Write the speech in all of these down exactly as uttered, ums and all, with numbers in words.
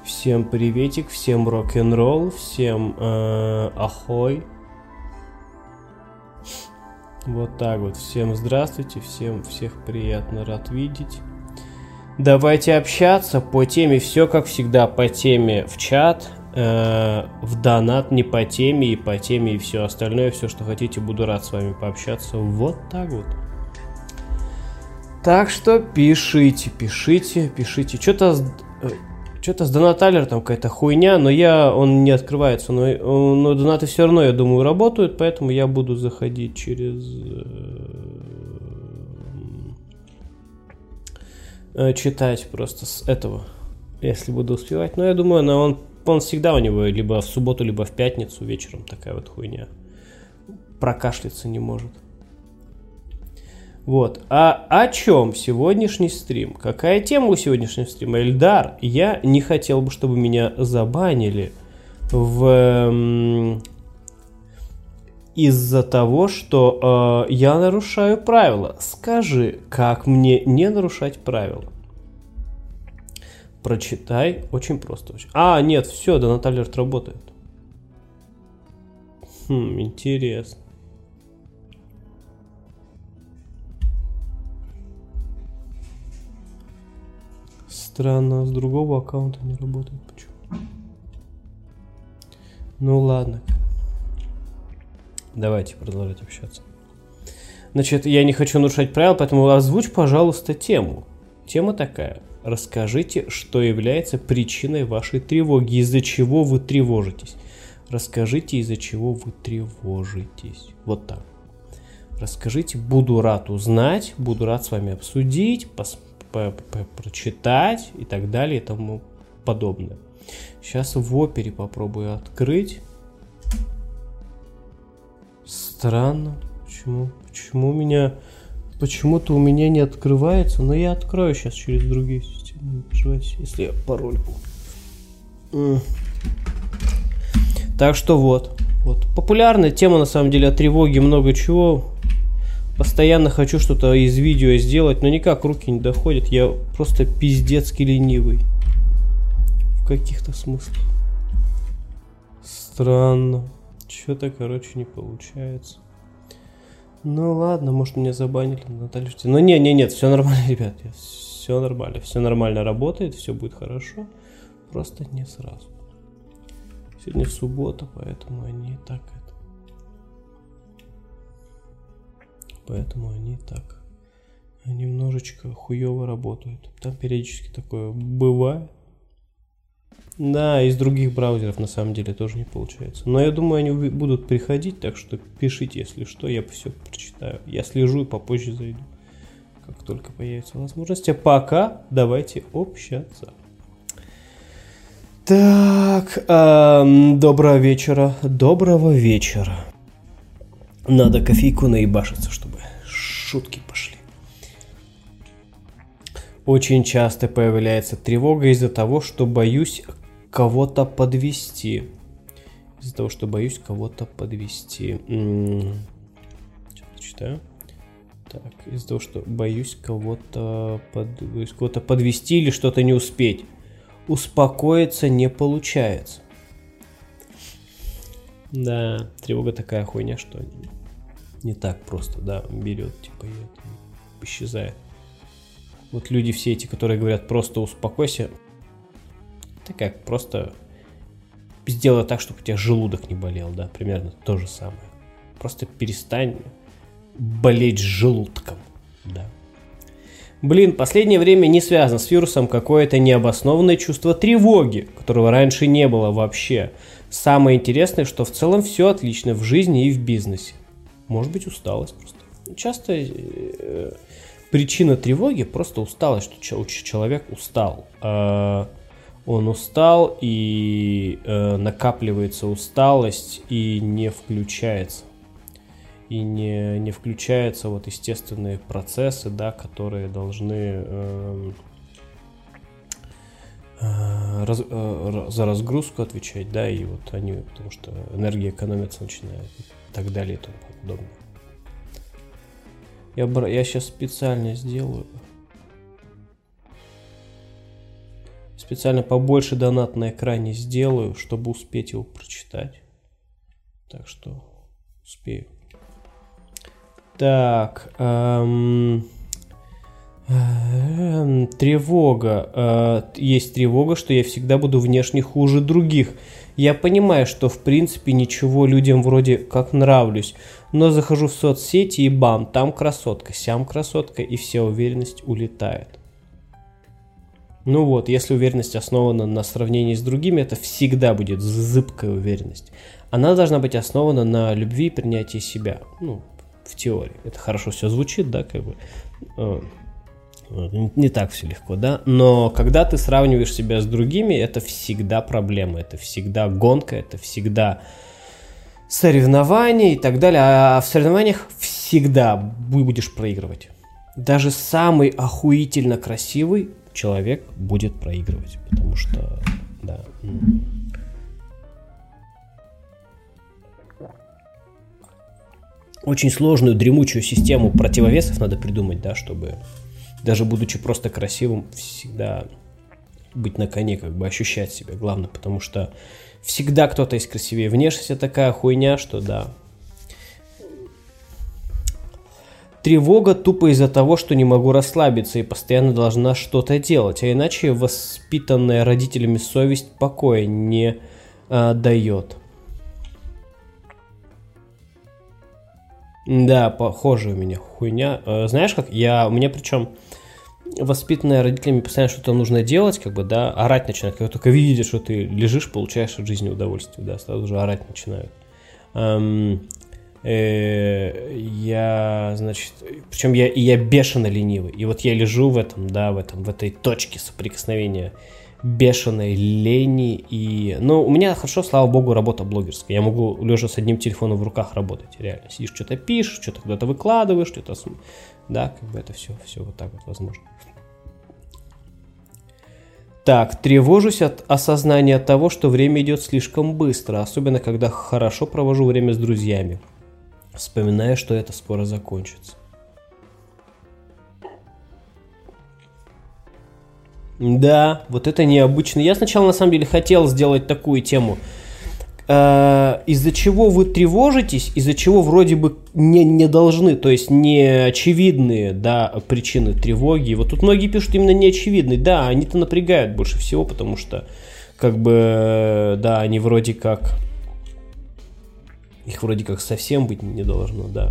Всем приветик, всем рок-н-ролл, всем э, ахой. Вот так вот, всем здравствуйте, всем всех приятно, рад видеть. Давайте общаться по теме, все как всегда по теме в чат, э, в донат, не по теме, и по теме, и все остальное, все, что хотите, буду рад с вами пообщаться. Вот так вот. Так что пишите, пишите, пишите. Что-то... Что-то с Донаталер там какая-то хуйня, но я, он не открывается, но, но донаты все равно, я думаю, работают, поэтому я буду заходить через э, читать просто с этого, если буду успевать. Но я думаю, но он, он всегда у него либо в субботу, либо в пятницу вечером такая вот хуйня. Прокашляться не может. Вот. А о чем сегодняшний стрим? Какая тема у сегодняшнего стрима? Эльдар, я не хотел бы, чтобы меня забанили в... из-за того, что э, я нарушаю правила. Скажи, как мне не нарушать правила? Прочитай. Очень просто. А, нет, все, Донаталерт работает. Хм, интересно. Странно, с другого аккаунта не работает. Почему? Ну ладно. Давайте продолжать общаться. Значит, я не хочу нарушать правила, поэтому озвучь, пожалуйста, тему. Тема такая. Расскажите, что является причиной вашей тревоги, из-за чего вы тревожитесь. Расскажите, из-за чего вы тревожитесь. Вот так. Расскажите, буду рад узнать, буду рад с вами обсудить, посмотреть. Прочитать и так далее и тому подобное. Сейчас в опере попробую открыть. Странно. Почему? Почему у меня... Почему-то у меня не открывается, но я открою сейчас через другие системы. Не переживайте, если я пароль буду. Так что вот. Вот. Популярная тема на самом деле о тревоге, много чего. Постоянно хочу что-то из видео сделать, но никак руки не доходят. Я просто пиздецки ленивый. В каких-то смыслах. Странно. Что-то, короче, не получается. Ну ладно, может меня забанили, Наталья. Ну не, не, нет, все нормально, ребят. Все нормально. Все нормально работает, все будет хорошо. Просто не сразу. Сегодня суббота, поэтому они и так... Поэтому они так немножечко хуёво работают. Там периодически такое бывает. Да, из других браузеров на самом деле тоже не получается. Но я думаю, они будут приходить, так что пишите, если что, я все прочитаю. Я слежу и попозже зайду, как только появится возможность. А пока давайте общаться. Так, эм, доброго вечера, доброго вечера. Надо кофейку наебашиться, чтобы шутки пошли. Очень часто появляется тревога из-за того, что боюсь кого-то подвести. Из-за того, что боюсь кого-то подвести. Сейчас читаю. Так, из-за того, что боюсь кого-то под... боюсь кого-то подвести или что-то не успеть. Успокоиться не получается. Да, тревога такая хуйня, что не так просто, да, берет, типа, и это исчезает. Вот люди все эти, которые говорят просто успокойся, это как просто сделай так, чтобы у тебя желудок не болел, да, примерно то же самое. Просто перестань болеть желудком, да. Блин, последнее время не связано с вирусом какое-то необоснованное чувство тревоги, которого раньше не было вообще. Самое интересное, что в целом все отлично в жизни и в бизнесе. Может быть, усталость просто. Часто э, причина тревоги просто усталость, что человек устал. Э, он устал, и э, накапливается усталость, и не включается. И не, не включаются вот естественные процессы, да, которые должны... Э, Раз, э, за разгрузку отвечать, да, и вот они, потому что энергия экономится начинает и так далее и тому подобное. Я, я сейчас специально сделаю Специально побольше донат на экране сделаю, чтобы успеть его прочитать. Так что успею. Так. Эм, эм, тревога. Э, есть тревога, что я всегда буду внешне хуже других. Я понимаю, что в принципе ничего людям вроде как нравлюсь. Но захожу в соцсети и бам, там красотка, сям красотка, и вся уверенность улетает. Ну вот, если уверенность основана на сравнении с другими, это всегда будет зыбкая уверенность. Она должна быть основана на любви и принятии себя. Ну, в теории. Это хорошо все звучит, да, как бы. Не так все легко, да. Но когда ты сравниваешь себя с другими, это всегда проблема, это всегда гонка, это всегда соревнования и так далее. А в соревнованиях всегда будешь проигрывать. Даже самый охуительно красивый человек будет проигрывать, потому что, да. Очень сложную дремучую систему противовесов надо придумать, да, чтобы даже будучи просто красивым, всегда быть на коне, как бы ощущать себя, главное, потому что всегда кто-то есть красивее. Внешность это такая хуйня, что да. Тревога тупо из-за того, что не могу расслабиться и постоянно должна что-то делать, а иначе воспитанная родителями совесть покоя не а, дает. Да, похоже у меня хуйня. А, знаешь как, я, у меня причем воспитанная родителями постоянно что-то нужно делать, как бы, да, орать начинают. Когда только видят, что ты лежишь, получаешь от жизни удовольствие, да, сразу же орать начинают. Эм, э, я, значит, причем я, и я бешено ленивый. И вот я лежу в этом, да, в этом, в этой точке соприкосновения бешеной лени. И, ну, у меня хорошо, слава богу, работа блогерская. Я могу, лежа с одним телефоном в руках, работать, реально. Сидишь, что-то пишешь, что-то куда-то выкладываешь, что-то, да, как бы это все, все вот так вот возможно. Так, тревожусь от осознания того, что время идет слишком быстро, особенно когда хорошо провожу время с друзьями, вспоминая, что это скоро закончится. Да, вот это необычно. Я сначала на самом деле хотел сделать такую тему. Э, из-за чего вы тревожитесь, из-за чего вроде бы не, не должны, то есть не очевидные, да, причины тревоги. Вот тут многие пишут именно неочевидные. Да, они-то напрягают больше всего, потому что, как бы, да, они вроде как, их вроде как совсем быть не должно, да.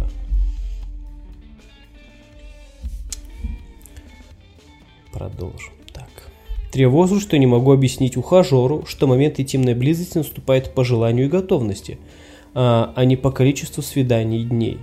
Продолжим. Тревожу, что не могу объяснить ухажеру, что момент интимной близости наступает по желанию и готовности, а, а не по количеству свиданий и дней.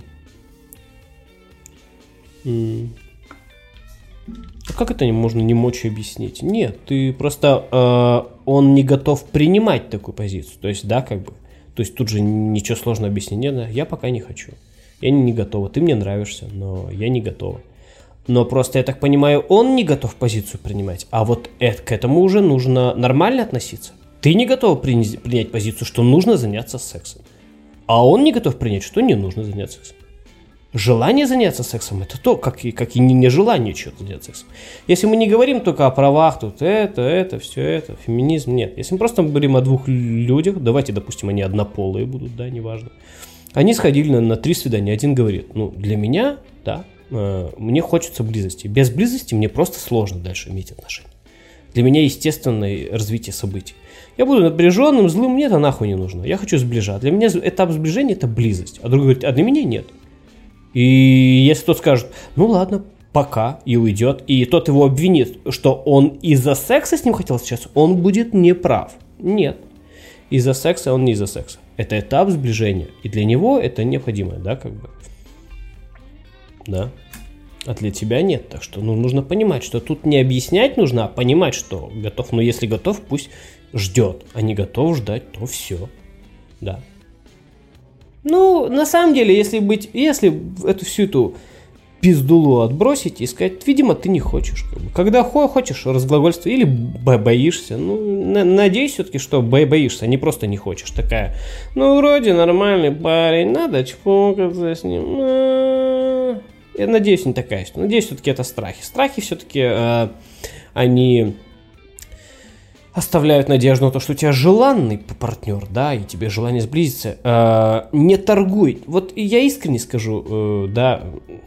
М- а как это можно не мочь объяснить? Нет, ты просто э, он не готов принимать такую позицию. То есть, да, как бы. То есть тут же ничего сложного объяснить. Нет, я пока не хочу. Я не готова. Ты мне нравишься, но я не готова. Но просто, я так понимаю, он не готов позицию принимать, а вот это, к этому уже нужно нормально относиться. Ты не готов принять, принять позицию, что нужно заняться сексом, а он не готов принять, что не нужно заняться сексом. Желание заняться сексом – это то, как и, как и нежелание чего-то заняться сексом. Если мы не говорим только о правах, тут это, это, все это, феминизм, нет. Если мы просто говорим о двух людях, давайте, допустим, они однополые будут, да, неважно. Они сходили на, на три свидания, один говорит, ну, для меня, да, мне хочется близости. Без близости мне просто сложно дальше иметь отношения. Для меня естественное развитие событий. Я буду напряженным, злым, мне это нахуй не нужно. Я хочу сближать. Для меня этап сближения – это близость. А другой говорит, а для меня нет. И если тот скажет, ну ладно, пока, и уйдет, и тот его обвинит, что он из-за секса с ним хотел встречаться, он будет неправ. Нет. Из-за секса он не из-за секса. Это этап сближения. И для него это необходимо, да, как бы. Да. А для тебя нет. Так что ну, нужно понимать, что тут не объяснять нужно, а понимать, что готов. Но если готов, пусть ждет. А не готов ждать, то все. Да. Ну, на самом деле, если быть, если эту всю эту пиздулу отбросить и сказать, видимо, ты не хочешь. Как бы. Когда хочешь разглагольствовать или боишься, ну, на, надеюсь все-таки, что боишься, а не просто не хочешь. Такая, ну, вроде нормальный парень, надо чпокаться с ним. Я надеюсь, не такая. Надеюсь, все-таки это страхи. Страхи все-таки, э, они оставляют надежду на то, что у тебя желанный партнер, да, и тебе желание сблизиться, э, не торгуй. Вот я искренне скажу, э, да,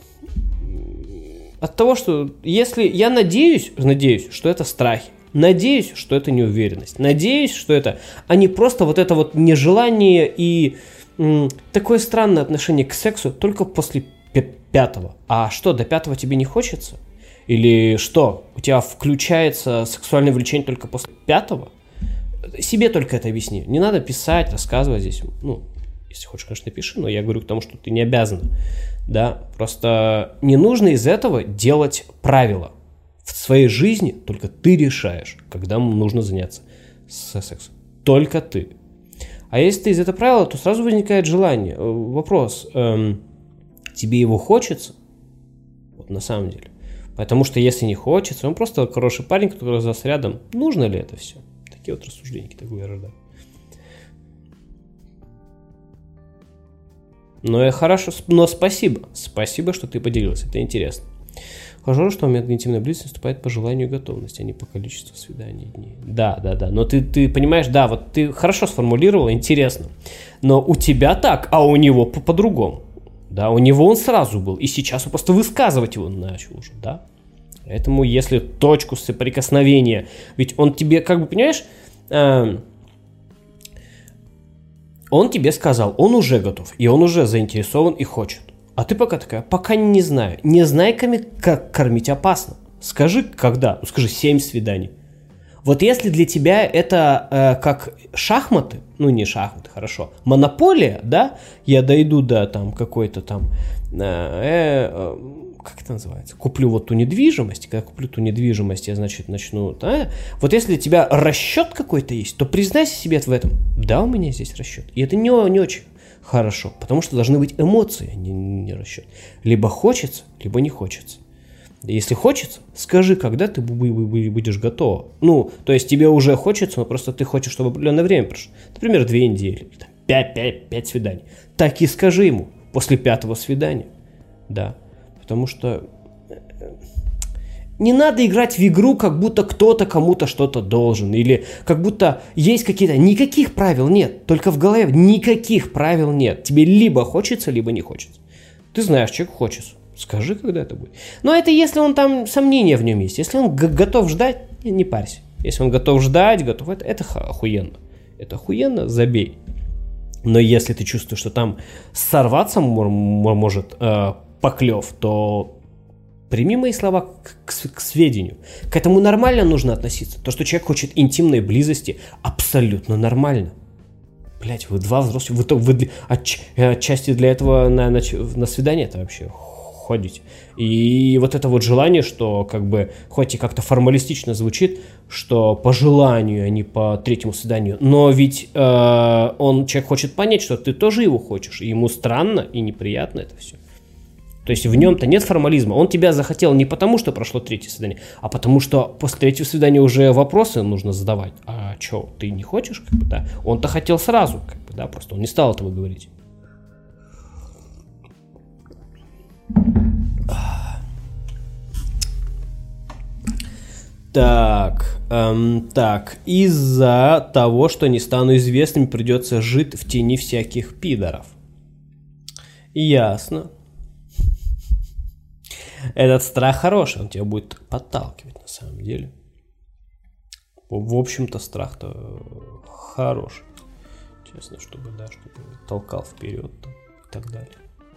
от того, что если я надеюсь, надеюсь, что это страхи, надеюсь, что это неуверенность, надеюсь, что это, а не просто вот это вот нежелание и м, такое странное отношение к сексу только после пятого. А что, до пятого тебе не хочется? Или что, у тебя включается сексуальное влечение только после пятого? Себе только это объясни. Не надо писать, рассказывать здесь. Ну, если хочешь, конечно, пиши, но я говорю к тому, что ты не обязан. Да, просто не нужно из этого делать правила. В своей жизни только ты решаешь, когда нужно заняться сексом. Только ты. А если ты из этого правила, то сразу возникает желание. Вопрос, эм, тебе его хочется? Вот на самом деле. Потому что если не хочется, он просто хороший парень, который за рядом. Нужно ли это все? Такие вот рассуждения, такое я рождаю. Ну и хорошо, но спасибо. Спасибо, что ты поделился, это интересно. Хорошо, что момент интимной близости наступает по желанию и готовности, а не по количеству свиданий дней. Да, да, да. Но ты, ты понимаешь, да, вот ты хорошо сформулировал, интересно. Но у тебя так, а у него по- по-другому. Да, у него он сразу был, и сейчас он просто высказывать его начал уже, да. Поэтому если точку соприкосновения, ведь он тебе, как бы, понимаешь, э, он тебе сказал, он уже готов, и он уже заинтересован и хочет. А ты пока такая, пока не знаю. Не знайками, как кормить опасно. Скажи, когда? Ну, скажи, семь свиданий. Вот если для тебя это э, как шахматы, ну не шахматы, хорошо, монополия, да, я дойду до там какой-то там, э, э, как это называется, куплю вот ту недвижимость, когда куплю ту недвижимость, я, значит, начну, да, вот если у тебя расчет какой-то есть, то признайся себе в этом, да, у меня здесь расчет, и это не, не очень хорошо, потому что должны быть эмоции, а не, не расчет, либо хочется, либо не хочется. Если хочется, скажи, когда ты будешь готова. Ну, то есть тебе уже хочется, но просто ты хочешь, чтобы определенное время прошло. Например, две недели, пять, пять, пять свиданий. Так и скажи ему после пятого свидания. Да, потому что не надо играть в игру, как будто кто-то кому-то что-то должен. Или как будто есть какие-то... Никаких правил нет. Только в голове никаких правил нет. Тебе либо хочется, либо не хочется. Ты знаешь, человек хочется. Скажи, когда это будет. Но это если он там, сомнения в нем есть. Если он г- готов ждать, не, не парься. Если он готов ждать, готов, это, это охуенно. Это охуенно, забей. Но если ты чувствуешь, что там сорваться м- может э, поклев, то прими мои слова к, к, к сведению. К этому нормально нужно относиться. То, что человек хочет интимной близости, абсолютно нормально. Блять, вы два взрослых, вы, вы отч, отчасти для этого на, на, на свидание это вообще ходить. И вот это вот желание, что как бы, хоть и как-то формалистично звучит, что по желанию, а не по третьему свиданию, но ведь э, он, человек хочет понять, что ты тоже его хочешь, и ему странно и неприятно это все. То есть в нем-то нет формализма. Он тебя захотел не потому, что прошло третье свидание, а потому что после третьего свидания уже вопросы нужно задавать. А что, ты не хочешь? Как бы, да? Он-то хотел сразу, как бы, да, просто он не стал этого говорить. Так, эм, так, из-за того, что не стану известным, придется жить в тени всяких пидоров. Ясно. Этот страх хороший, он тебя будет подталкивать на самом деле. В общем-то, страх-то хороший. Честно, чтобы, да, чтобы толкал вперед и так далее.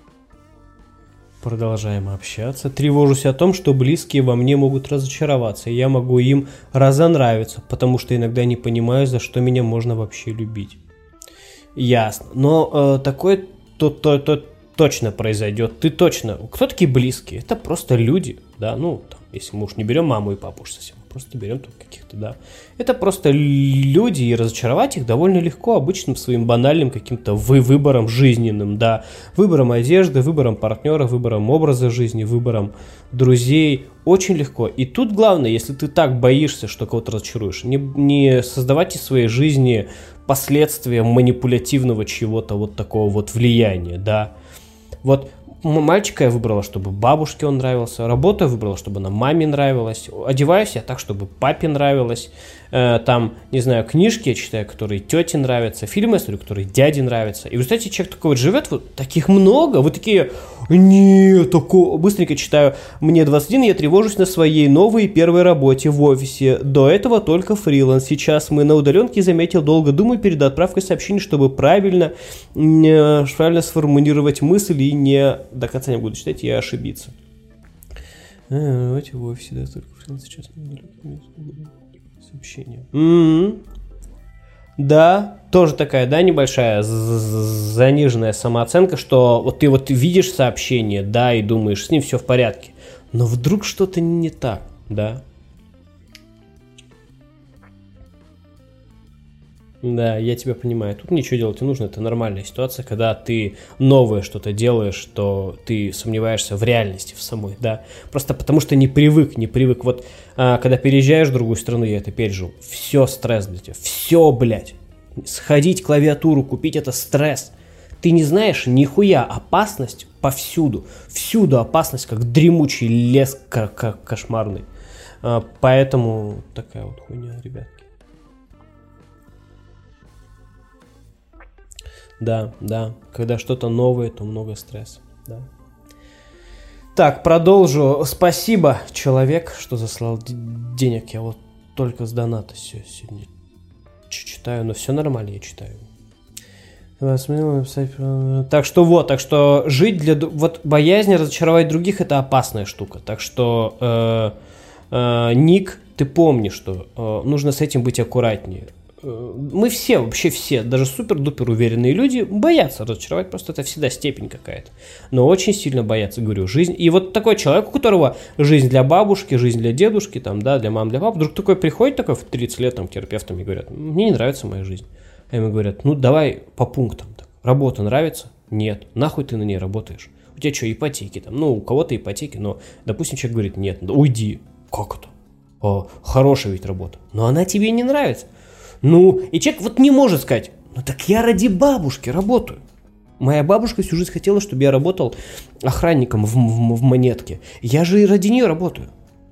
Продолжаем общаться. Тревожусь о том, что близкие во мне могут разочароваться, и я могу им разонравиться, потому что иногда не понимаю, за что меня можно вообще любить. Ясно. Но э, такое то, то, то, точно произойдет. Ты точно... Кто такие близкие? Это просто люди, да, ну, там, если мы уж не берем маму и папу уж совсем, просто берем тут каких-то, да. Это просто люди, и разочаровать их довольно легко обычным своим банальным каким-то вы выбором жизненным, да. Выбором одежды, выбором партнера, выбором образа жизни, выбором друзей. Очень легко. И тут главное, если ты так боишься, что кого-то разочаруешь, не, не создавать из своей жизни последствия манипулятивного чего-то вот такого вот влияния, да. Вот мальчика я выбрала, чтобы бабушке он нравился, работу я выбрала, чтобы она маме нравилась, одеваюсь я так, чтобы папе нравилось, э, там, не знаю, книжки я читаю, которые тете нравятся, фильмы я смотрю, которые дяде нравятся. И вы знаете, человек такой вот живет, вот таких много, вы такие, нет, такого, быстренько читаю, мне двадцать один, я тревожусь на своей новой первой работе в офисе, до этого только фриланс, сейчас мы на удаленке, заметил, долго думаю перед отправкой сообщений, чтобы правильно, э, правильно сформулировать мысль и не, до конца не буду читать, и ошибиться. А, давайте в офисе, да, только фриланс сейчас сообщение. Mm-hmm. Да, тоже такая, да, небольшая заниженная самооценка, что вот ты вот видишь сообщение, да, и думаешь, с ним все в порядке, но вдруг что-то не так, да. Да, я тебя понимаю. Тут ничего делать не нужно, это нормальная ситуация, когда ты новое что-то делаешь, то ты сомневаешься в реальности в самой, да. Просто потому что не привык, не привык. Вот а, когда переезжаешь в другую страну, я это пережил, все стресс для тебя, все, блядь. Сходить клавиатуру, купить это стресс. Ты не знаешь нихуя, опасность повсюду, всюду опасность, как дремучий лес как кошмарный. А, поэтому такая вот хуйня, ребятки. Да, да, когда что-то новое, то много стресса, да. Так, продолжу. Спасибо, человек, что заслал денег. Я вот только с доната все сегодня читаю, но все нормально, я читаю. Так что вот, так что жить для... Вот боязнь разочаровать других – это опасная штука. Так что, э, э, Ник, ты помни, что э, нужно с этим быть аккуратнее. Мы все, вообще все, даже супер-дупер уверенные люди боятся разочаровать, просто это всегда степень какая-то. Но очень сильно боятся, говорю, жизнь. И вот такой человек, у которого жизнь для бабушки, жизнь для дедушки, там, да, для мам, для папы, вдруг такой приходит такой в тридцать лет там, к терапевтам и говорят, мне не нравится моя жизнь. А ему говорят, ну давай по пунктам. Так. Работа нравится? Нет. Нахуй ты на ней работаешь? У тебя что, ипотеки там? Ну, у кого-то ипотеки, но, допустим, человек говорит, нет, да уйди. Как это? О, хорошая ведь работа. Но она тебе не нравится. Ну, и человек вот не может сказать, ну так я ради бабушки работаю. Моя бабушка всю жизнь хотела, чтобы я работал охранником в, в, в Монетке. Я же и ради нее работаю.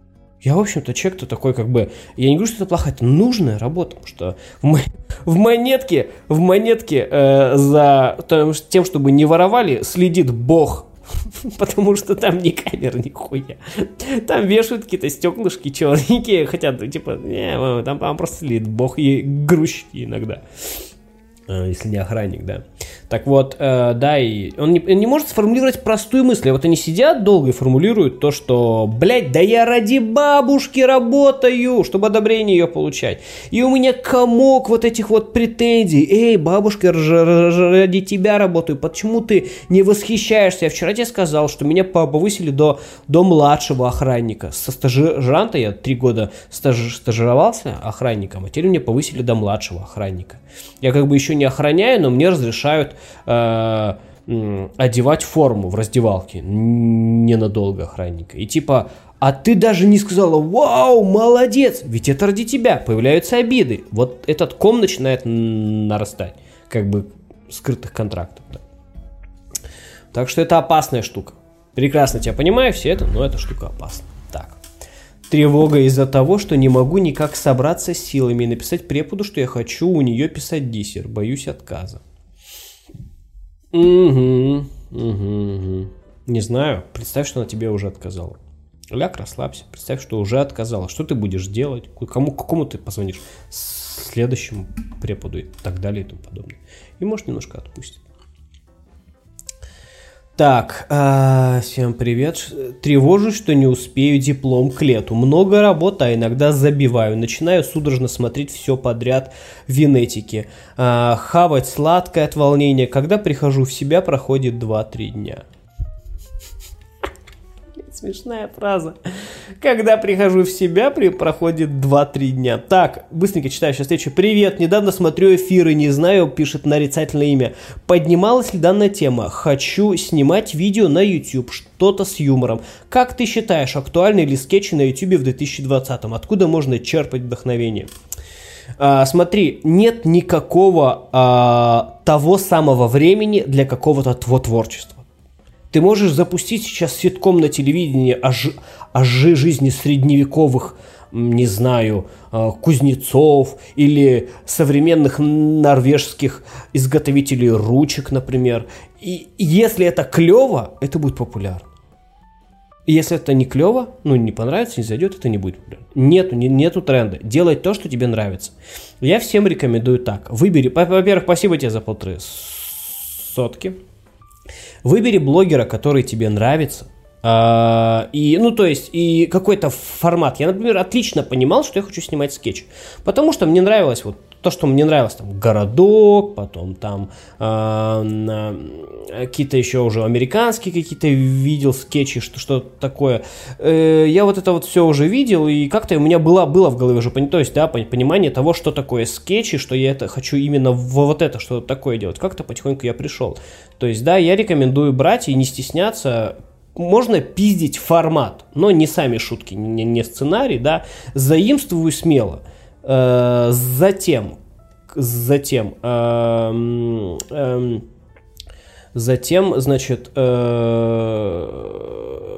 Я, в общем-то, человек-то такой, как бы, я не говорю, что это плохая, это нужная работа, потому что в, в Монетке, в Монетке э, за тем, чтобы не воровали, следит Бог. Потому что там ни камер, ни хуя. Там вешают какие-то стеклышки черненькие, хотя, типа, не, там, там просто следит Бог и грузчики иногда. Если не охранник, да. Так вот, э, да, и он не, он не может сформулировать простую мысль. Вот они сидят долго и формулируют то, что, блядь, да я ради бабушки работаю, чтобы одобрение ее получать. И у меня комок вот этих вот претензий. Эй, бабушка, ради тебя работаю. Почему ты не восхищаешься? Я вчера тебе сказал, что меня повысили до, до младшего охранника. Со стажиранта я три года стаж, стажировался охранником, а теперь меня повысили до младшего охранника. Я как бы еще не охраняю, но мне разрешают э, э, одевать форму в раздевалке ненадолго охранника. И типа, а ты даже не сказала, вау, молодец, ведь это ради тебя. Появляются обиды. Вот этот ком начинает нарастать, как бы скрытых контрактов. Да. Так что это опасная штука. Прекрасно тебя понимаю, все это, но эта штука опасна. Так. Тревога из-за того, что не могу никак собраться с силами и написать преподу, что я хочу у нее писать диссер. Боюсь отказа. Угу, угу, угу. Не знаю. Представь, что она тебе уже отказала. Ляг, расслабься. Представь, что уже отказала. Что ты будешь делать? Кому, какому ты позвонишь? Следующему преподу и так далее и тому подобное. И может немножко отпустит. Так, э, всем привет. Тревожусь, что не успею диплом к лету. Много работы, а иногда забиваю. Начинаю судорожно смотреть все подряд в Венетике. Э, хавать сладкое от волнения. Когда прихожу в себя, проходит два-три дня. Смешная фраза. Когда прихожу в себя, при... проходит два-три дня. Так, быстренько читаю сейчас встречу. Привет, недавно смотрю эфиры, не знаю, пишет нарицательное имя. Поднималась ли данная тема? Хочу снимать видео на YouTube, что-то с юмором. Как ты считаешь, актуальны ли скетчи на YouTube в две тысячи двадцатом? Откуда можно черпать вдохновение? А, смотри, нет никакого а, того самого времени для какого-то твоего творчества. Ты можешь запустить сейчас ситком на телевидении о, ж... о ж... жизни средневековых не знаю, кузнецов или современных норвежских изготовителей ручек, например. И если это клево, это будет популярно. И если это не клево, ну не понравится, не зайдет, это не будет популярно. Нету, не, нету тренда. Делай то, что тебе нравится. Я всем рекомендую так. Выбери, во-первых, спасибо тебе за полторы сотки. Выбери блогера, который тебе нравится. Uh, и, ну, то есть, и какой-то формат. Я, например, отлично понимал, что я хочу снимать скетч. Потому что мне нравилось вот то, что мне нравилось, там, городок, потом там uh, какие-то еще уже американские какие-то видел скетчи, что, что такое. Uh, я вот это вот все уже видел, и как-то у меня было, было в голове уже, то есть, да, понимание того, что такое скетчи, что я это хочу именно в вот это, что такое делать. Как-то потихоньку я пришел. То есть, да, я рекомендую брать и не стесняться. Можно пиздить формат, но не сами шутки, не, не сценарий, да, заимствую смело. Э, затем, затем, э, э, затем, значит, э,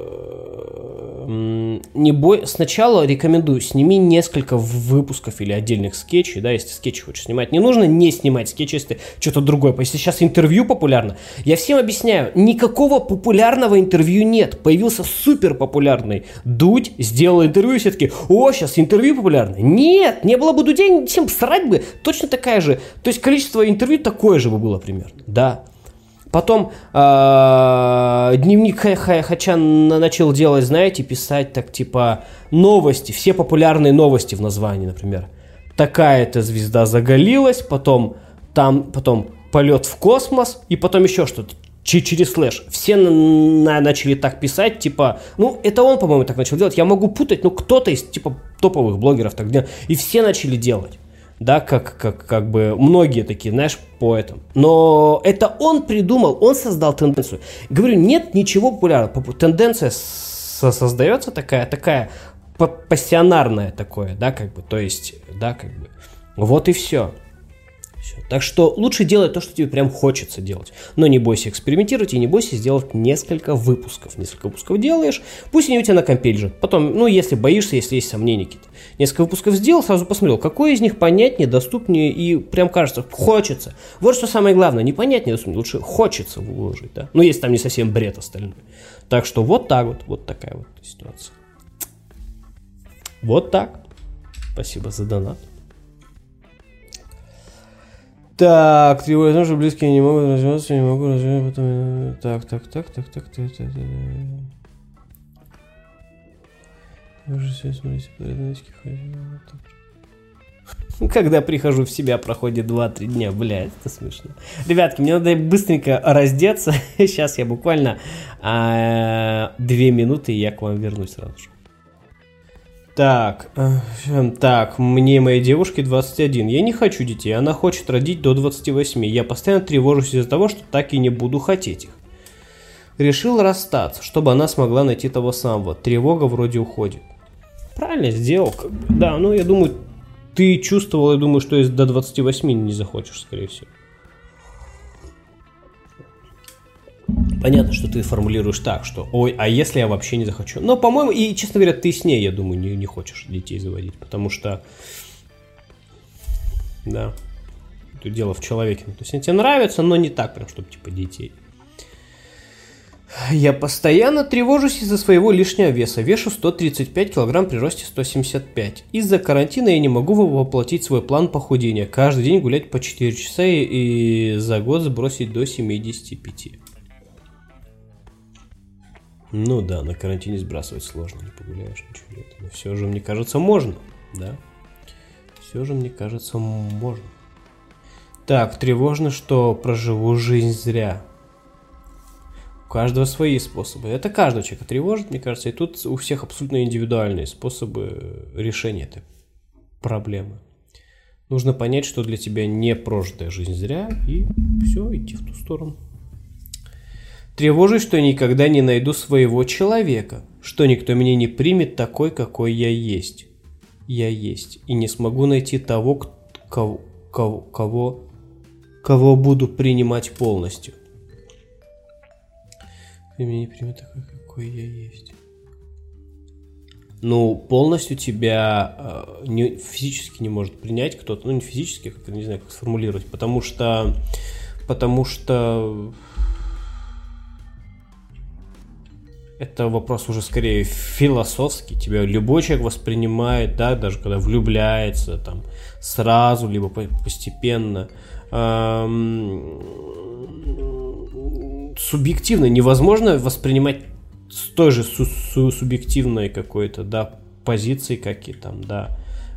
не бой... Сначала рекомендую, сними несколько выпусков или отдельных скетчей, да, если скетчи хочешь снимать. Не нужно не снимать скетчи, если что-то другое. Если сейчас интервью популярно, я всем объясняю, никакого популярного интервью нет. Появился супер популярный Дудь, сделал интервью, и все таки: о, сейчас интервью популярное. Нет, не было бы Дудя, всем срать бы. Точно такая же, то есть количество интервью такое же бы было примерно, да. Потом э, дневник Хачан начал делать, знаете, писать так типа новости, все популярные новости в названии, например. Такая-то звезда заголилась, потом там, потом полет в космос, и потом еще что-то через слэш. Все на- начали так писать, типа, ну, это он, по-моему, так начал делать. Я могу путать, но кто-то из типа топовых блогеров так делал. И все начали делать. Да, как, как, как бы многие такие, знаешь, по этому. Но это он придумал, он создал тенденцию. Говорю, нет ничего популярного. Тенденция со- создается такая, такая пассионарная такое, да, как бы, то есть, да, как бы. Вот и все. Все. Так что лучше делать то, что тебе прям хочется делать. Но не бойся экспериментировать и не бойся сделать несколько выпусков. Несколько выпусков делаешь, пусть они у тебя на компе лежат. Потом, ну, если боишься, если есть сомнения какие-то. Несколько выпусков сделал, сразу посмотрел, какой из них понятнее, доступнее и прям кажется, хочется. Вот что самое главное, не понятнее, доступнее, лучше хочется выложить, да. Ну, если там не совсем бред остальной. Так что вот так вот, вот такая вот ситуация. Вот так. Спасибо за донат. Так, тревога, потому что близкие не могут развиваться, не могу развиваться, потом... Так, так, так, так, так, так, так, так. Уже все, смотрите, предательских Когда прихожу в себя, проходит два-три дня, блядь, это смешно. Ребятки, мне надо быстренько раздеться. Сейчас я буквально а, две минуты, и я к вам вернусь сразу же. Так, э, так, мне и моей девушке двадцать один. Я не хочу детей, она хочет родить до двадцати восьми. Я постоянно тревожусь из-за того, что так и не буду хотеть их. Решил расстаться, чтобы она смогла найти того самого. Тревога вроде уходит. Правильно сделал, как бы. Да, ну я думаю, ты чувствовал, я думаю, что из до двадцати восьми не захочешь, скорее всего. Понятно, что ты формулируешь так, что ой, а если я вообще не захочу? Но, по-моему, и, честно говоря, ты с ней, я думаю, не, не хочешь детей заводить, потому что, да, это дело в человеке. То есть они тебе нравятся, но не так прям, чтобы типа детей. Я постоянно тревожусь из-за своего лишнего веса. Вешу сто тридцать пять килограмм при росте сто семьдесят пять. Из-за карантина я не могу воплотить свой план похудения. Каждый день гулять по четыре часа и за год сбросить до семидесяти пяти. Ну да, на карантине сбрасывать сложно, не погуляешь, ничего нет. Но все же, мне кажется, можно, да? Все же, мне кажется, можно. Так, тревожно, что проживу жизнь зря. У каждого свои способы. Это каждого человека тревожит, мне кажется, и тут у всех абсолютно индивидуальные способы решения этой проблемы. Нужно понять, что для тебя не прожитая жизнь зря, и все, идти в ту сторону. Тревожусь, что никогда не найду своего человека, что никто меня не примет такой, какой я есть. Я есть. И не смогу найти того, кого, кого, кого, кого буду принимать полностью. Кто меня не примет такой, какой я есть. ну, полностью тебя э, не, физически не может принять кто-то, ну, не физически, как не знаю, как сформулировать, потому что, потому что это вопрос уже скорее философский, тебя любой человек воспринимает, да, даже когда влюбляется, там, сразу, либо постепенно, эм, субъективно невозможно воспринимать с той же су- су- субъективной какой-то, да, позиции, как и там, да,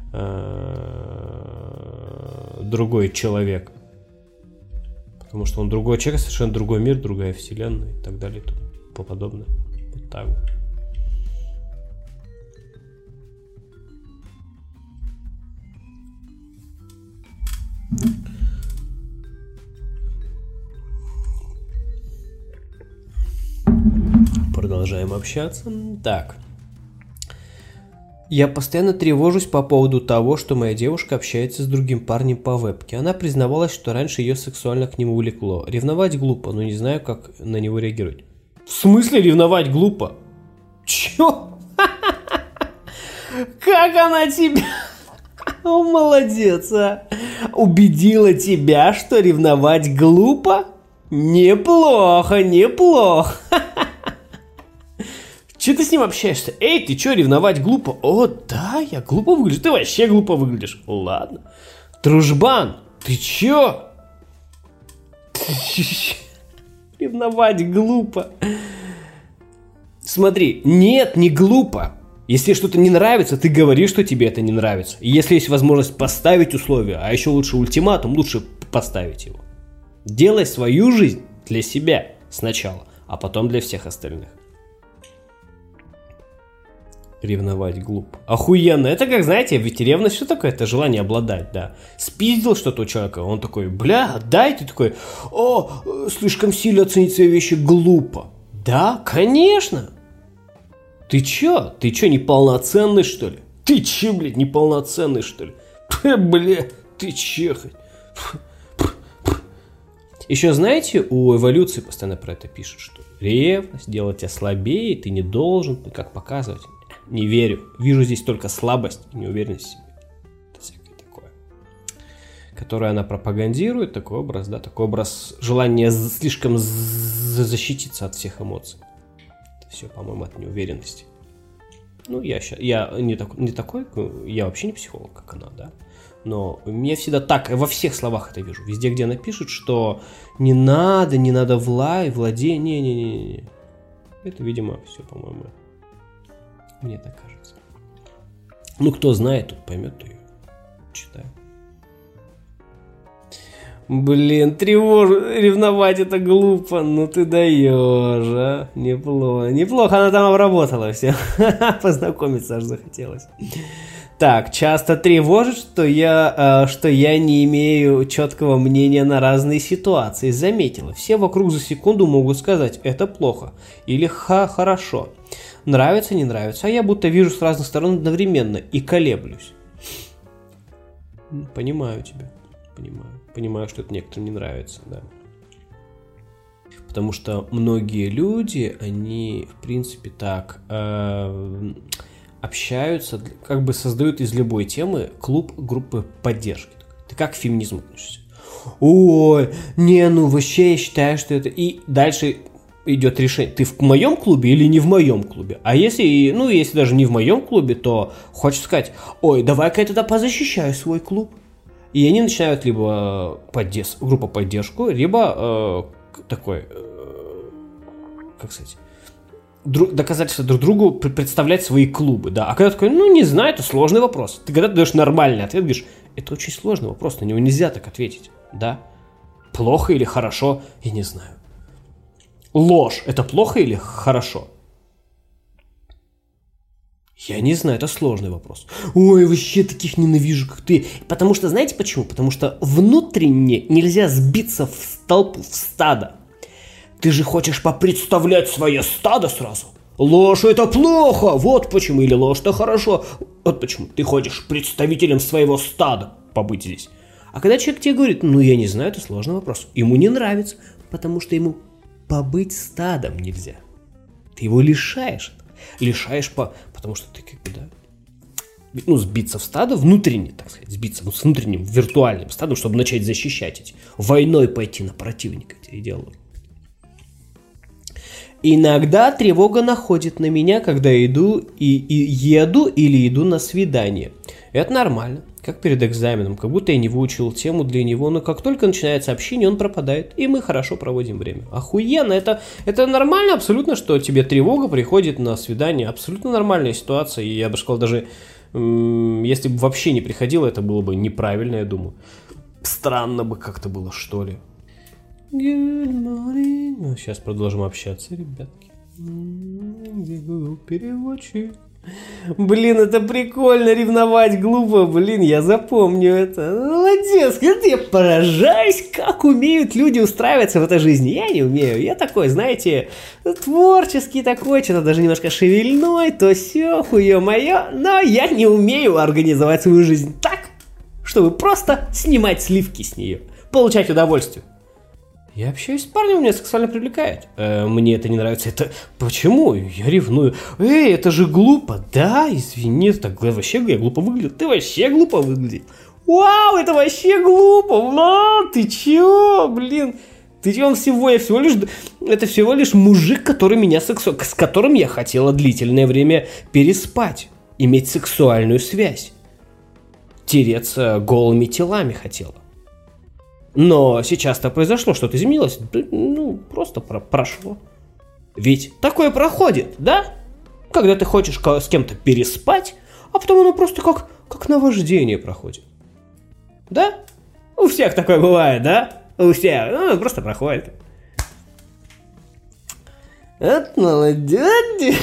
э- другой человек. Потому что он другой человек, совершенно другой мир, другая вселенная и так далее и тому подобное. Вот так вот. Продолжаем общаться. Так. Я постоянно тревожусь по поводу того, что моя девушка общается с другим парнем по вебке. Она признавалась, что раньше ее сексуально к нему влекло. Ревновать глупо, но не знаю, как на него реагировать. В смысле ревновать глупо? Чё? Как она тебя... О, молодец, а. Убедила тебя, что ревновать глупо? Неплохо, неплохо. Че ты с ним общаешься? Эй, ты че, ревновать глупо? О, да, я глупо выгляжу. Ты вообще глупо выглядишь. Ладно. Дружбан, ты че? Ревновать глупо. Смотри, нет, не глупо. Если что-то не нравится, ты говоришь, что тебе это не нравится. И если есть возможность поставить условия, а еще лучше ультиматум, лучше поставить его. Делай свою жизнь для себя сначала, а потом для всех остальных. Ревновать глупо. Охуенно. Это как, знаете, ведь ревность что такое? Это желание обладать, да. Спиздил что-то у человека, он такой, бля, дай, ты такой, о, слишком сильно оценить свои вещи глупо. Да, конечно. Ты чё? Ты чё, неполноценный, что ли? Ты чё, блядь, неполноценный, что ли? Бля, ты чё хоть? Еще знаете, у эволюции постоянно про это пишут, что ревность делает тебя слабее, ты не должен, как показывать. Не верю. Вижу здесь только слабость и неуверенность в себе. Это всякое такое. Которое она пропагандирует, такой образ, да, такой образ желания слишком защититься от всех эмоций. Это все, по-моему, от неуверенности. Ну, я, я не, так, не такой, я вообще не психолог, как она, да. Но я всегда так, во всех словах это вижу. Везде, где она пишет, что не надо, не надо вла- владеть, не-не-не. Это, видимо, все, по-моему, мне так кажется. Ну, кто знает, тот поймет, то ее читаю. Блин, тревожу, ревновать это глупо, ну ты даешь, а? Неплохо, неплохо она там обработала все. Познакомиться аж захотелось. Так, часто тревожит, что я, э, что я не имею четкого мнения на разные ситуации. Заметила, все вокруг за секунду могут сказать, это плохо или ха, хорошо. Нравится, не нравится, а я будто вижу с разных сторон одновременно и колеблюсь. Понимаю тебя, понимаю. Понимаю, что это некоторым не нравится, да. Потому что многие люди, они, в принципе, так э, общаются, как бы создают из любой темы клуб группы поддержки. Ты как к феминизму относишься? Ой, не, ну вообще я считаю, что это... И дальше идет решение, ты в моем клубе или не в моем клубе. А если, ну, если даже не в моем клубе, то хочешь сказать, ой, давай-ка я тогда позащищаю свой клуб. И они начинают либо поддерж... группа поддержку, либо э, такой, э, как сказать, друг... доказательства друг другу представлять свои клубы. Да. А когда такой, ну не знаю, это сложный вопрос. Ты когда ты даешь нормальный ответ, говоришь, это очень сложный вопрос, на него нельзя так ответить. Да? Плохо или хорошо, я не знаю. Ложь – это плохо или хорошо? Я не знаю, это сложный вопрос. Ой, вообще таких ненавижу, как ты. Потому что, знаете почему? Потому что внутренне нельзя сбиться в толпу, в стадо. Ты же хочешь попредставлять свое стадо сразу. Ложь – это плохо, вот почему. Или ложь – это хорошо, вот почему. Ты хочешь представителем своего стада побыть здесь. А когда человек тебе говорит, ну я не знаю, это сложный вопрос. Ему не нравится, потому что ему побыть стадом нельзя. Ты его лишаешь. Лишаешь по... потому что ты как бы, да, ну, сбиться в стадо внутренне, так сказать, сбиться ну, с внутренним виртуальным стадом, чтобы начать защищать эти, войной пойти на противника, эти идеологии. Иногда тревога находит на меня, когда иду и, и еду или иду на свидание. Это нормально, как перед экзаменом, как будто я не выучил тему для него, но как только начинается общение, он пропадает, и мы хорошо проводим время. Охуенно, это, это нормально абсолютно, что тебе тревога приходит на свидание, абсолютно нормальная ситуация, и я бы сказал, даже м- если бы вообще не приходило, это было бы неправильно, я думаю. Странно бы как-то было, что ли. Good morning. Ну, сейчас продолжим общаться, ребятки. Переводчик. Блин, это прикольно, ревновать глупо, блин, я запомню это. Молодец, я поражаюсь, как умеют люди устраиваться в этой жизни. Я не умею, я такой, знаете, творческий такой, что-то даже немножко шевельной, то все, хуе мое, но я не умею организовать свою жизнь так, чтобы просто снимать сливки с нее, получать удовольствие. Я общаюсь с парнем, меня сексуально привлекает. Э, мне это не нравится. Это почему? Я ревную. Эй, это же глупо. Да, извини, так вообще я глупо выглядел. Ты вообще глупо выглядел. Вау, это вообще глупо. Ла, ты чё, блин? Ты чё, он всего, я всего лишь... Это всего лишь мужик, который меня сексу... с которым я хотела длительное время переспать. Иметь сексуальную связь. Тереться голыми телами хотела. Но сейчас-то произошло, что-то изменилось. Ну, просто про- прошло. Ведь такое проходит, да? Когда ты хочешь с кем-то переспать, а потом оно просто как, как наваждение проходит. Да? У всех такое бывает, да? У всех. Ну, просто проходит. Это молодец.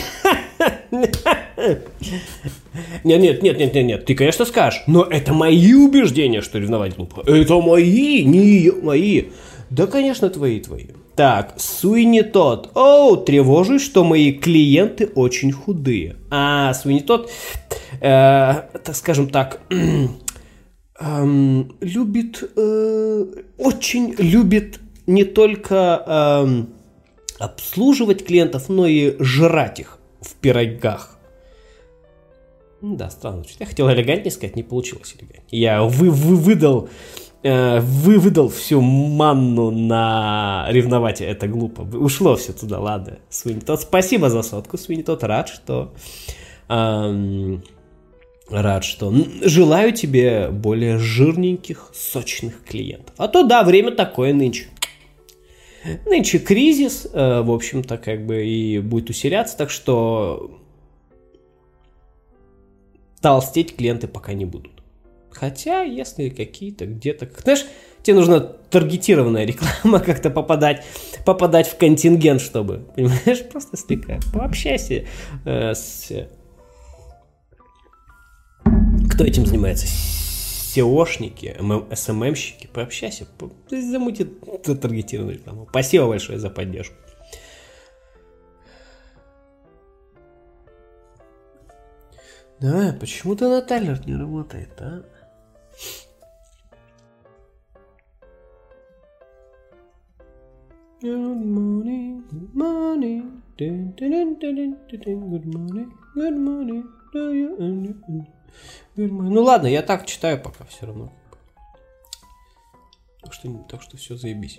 Нет, нет, нет, нет, нет, нет, ты, конечно, скажешь, но это мои убеждения, что ревновать глупо. Это мои, не ее, мои. Да, конечно, твои, твои. Так, Суини Тот. Оу, тревожусь, что мои клиенты очень худые. А, Суини Тот, э, так скажем так, э, э, любит, э, очень любит не только э, обслуживать клиентов, но и жрать их в пирогах. Да, странно. Я хотел элегантнее сказать, не получилось элегантнее. Я вы, вы, выдал, э, вы выдал всю манну на ревновать, это глупо. Ушло все туда, ладно. Суини Тот, спасибо за сотку, Суини Тот, рад, что... Эм, рад, что... Желаю тебе более жирненьких, сочных клиентов. А то, да, время такое нынче. Нынче кризис, э, в общем-то, как бы и будет усиляться, так что... Толстеть клиенты пока не будут. Хотя, если какие-то где-то... Знаешь, тебе нужна таргетированная реклама, как-то попадать, попадать в контингент, чтобы... Понимаешь, просто слегка пообщайся э, с... Кто этим занимается? сеошники, эс эм эм-щики. Пообщайся, замути таргетированную рекламу. Спасибо большое за поддержку. Да, почему-то на тайлер не работает, а? Good morning, good morning, good morning, good morning, do you understand? Good morning. Ну ладно, я так читаю пока все равно. Так что, так что все, заебись.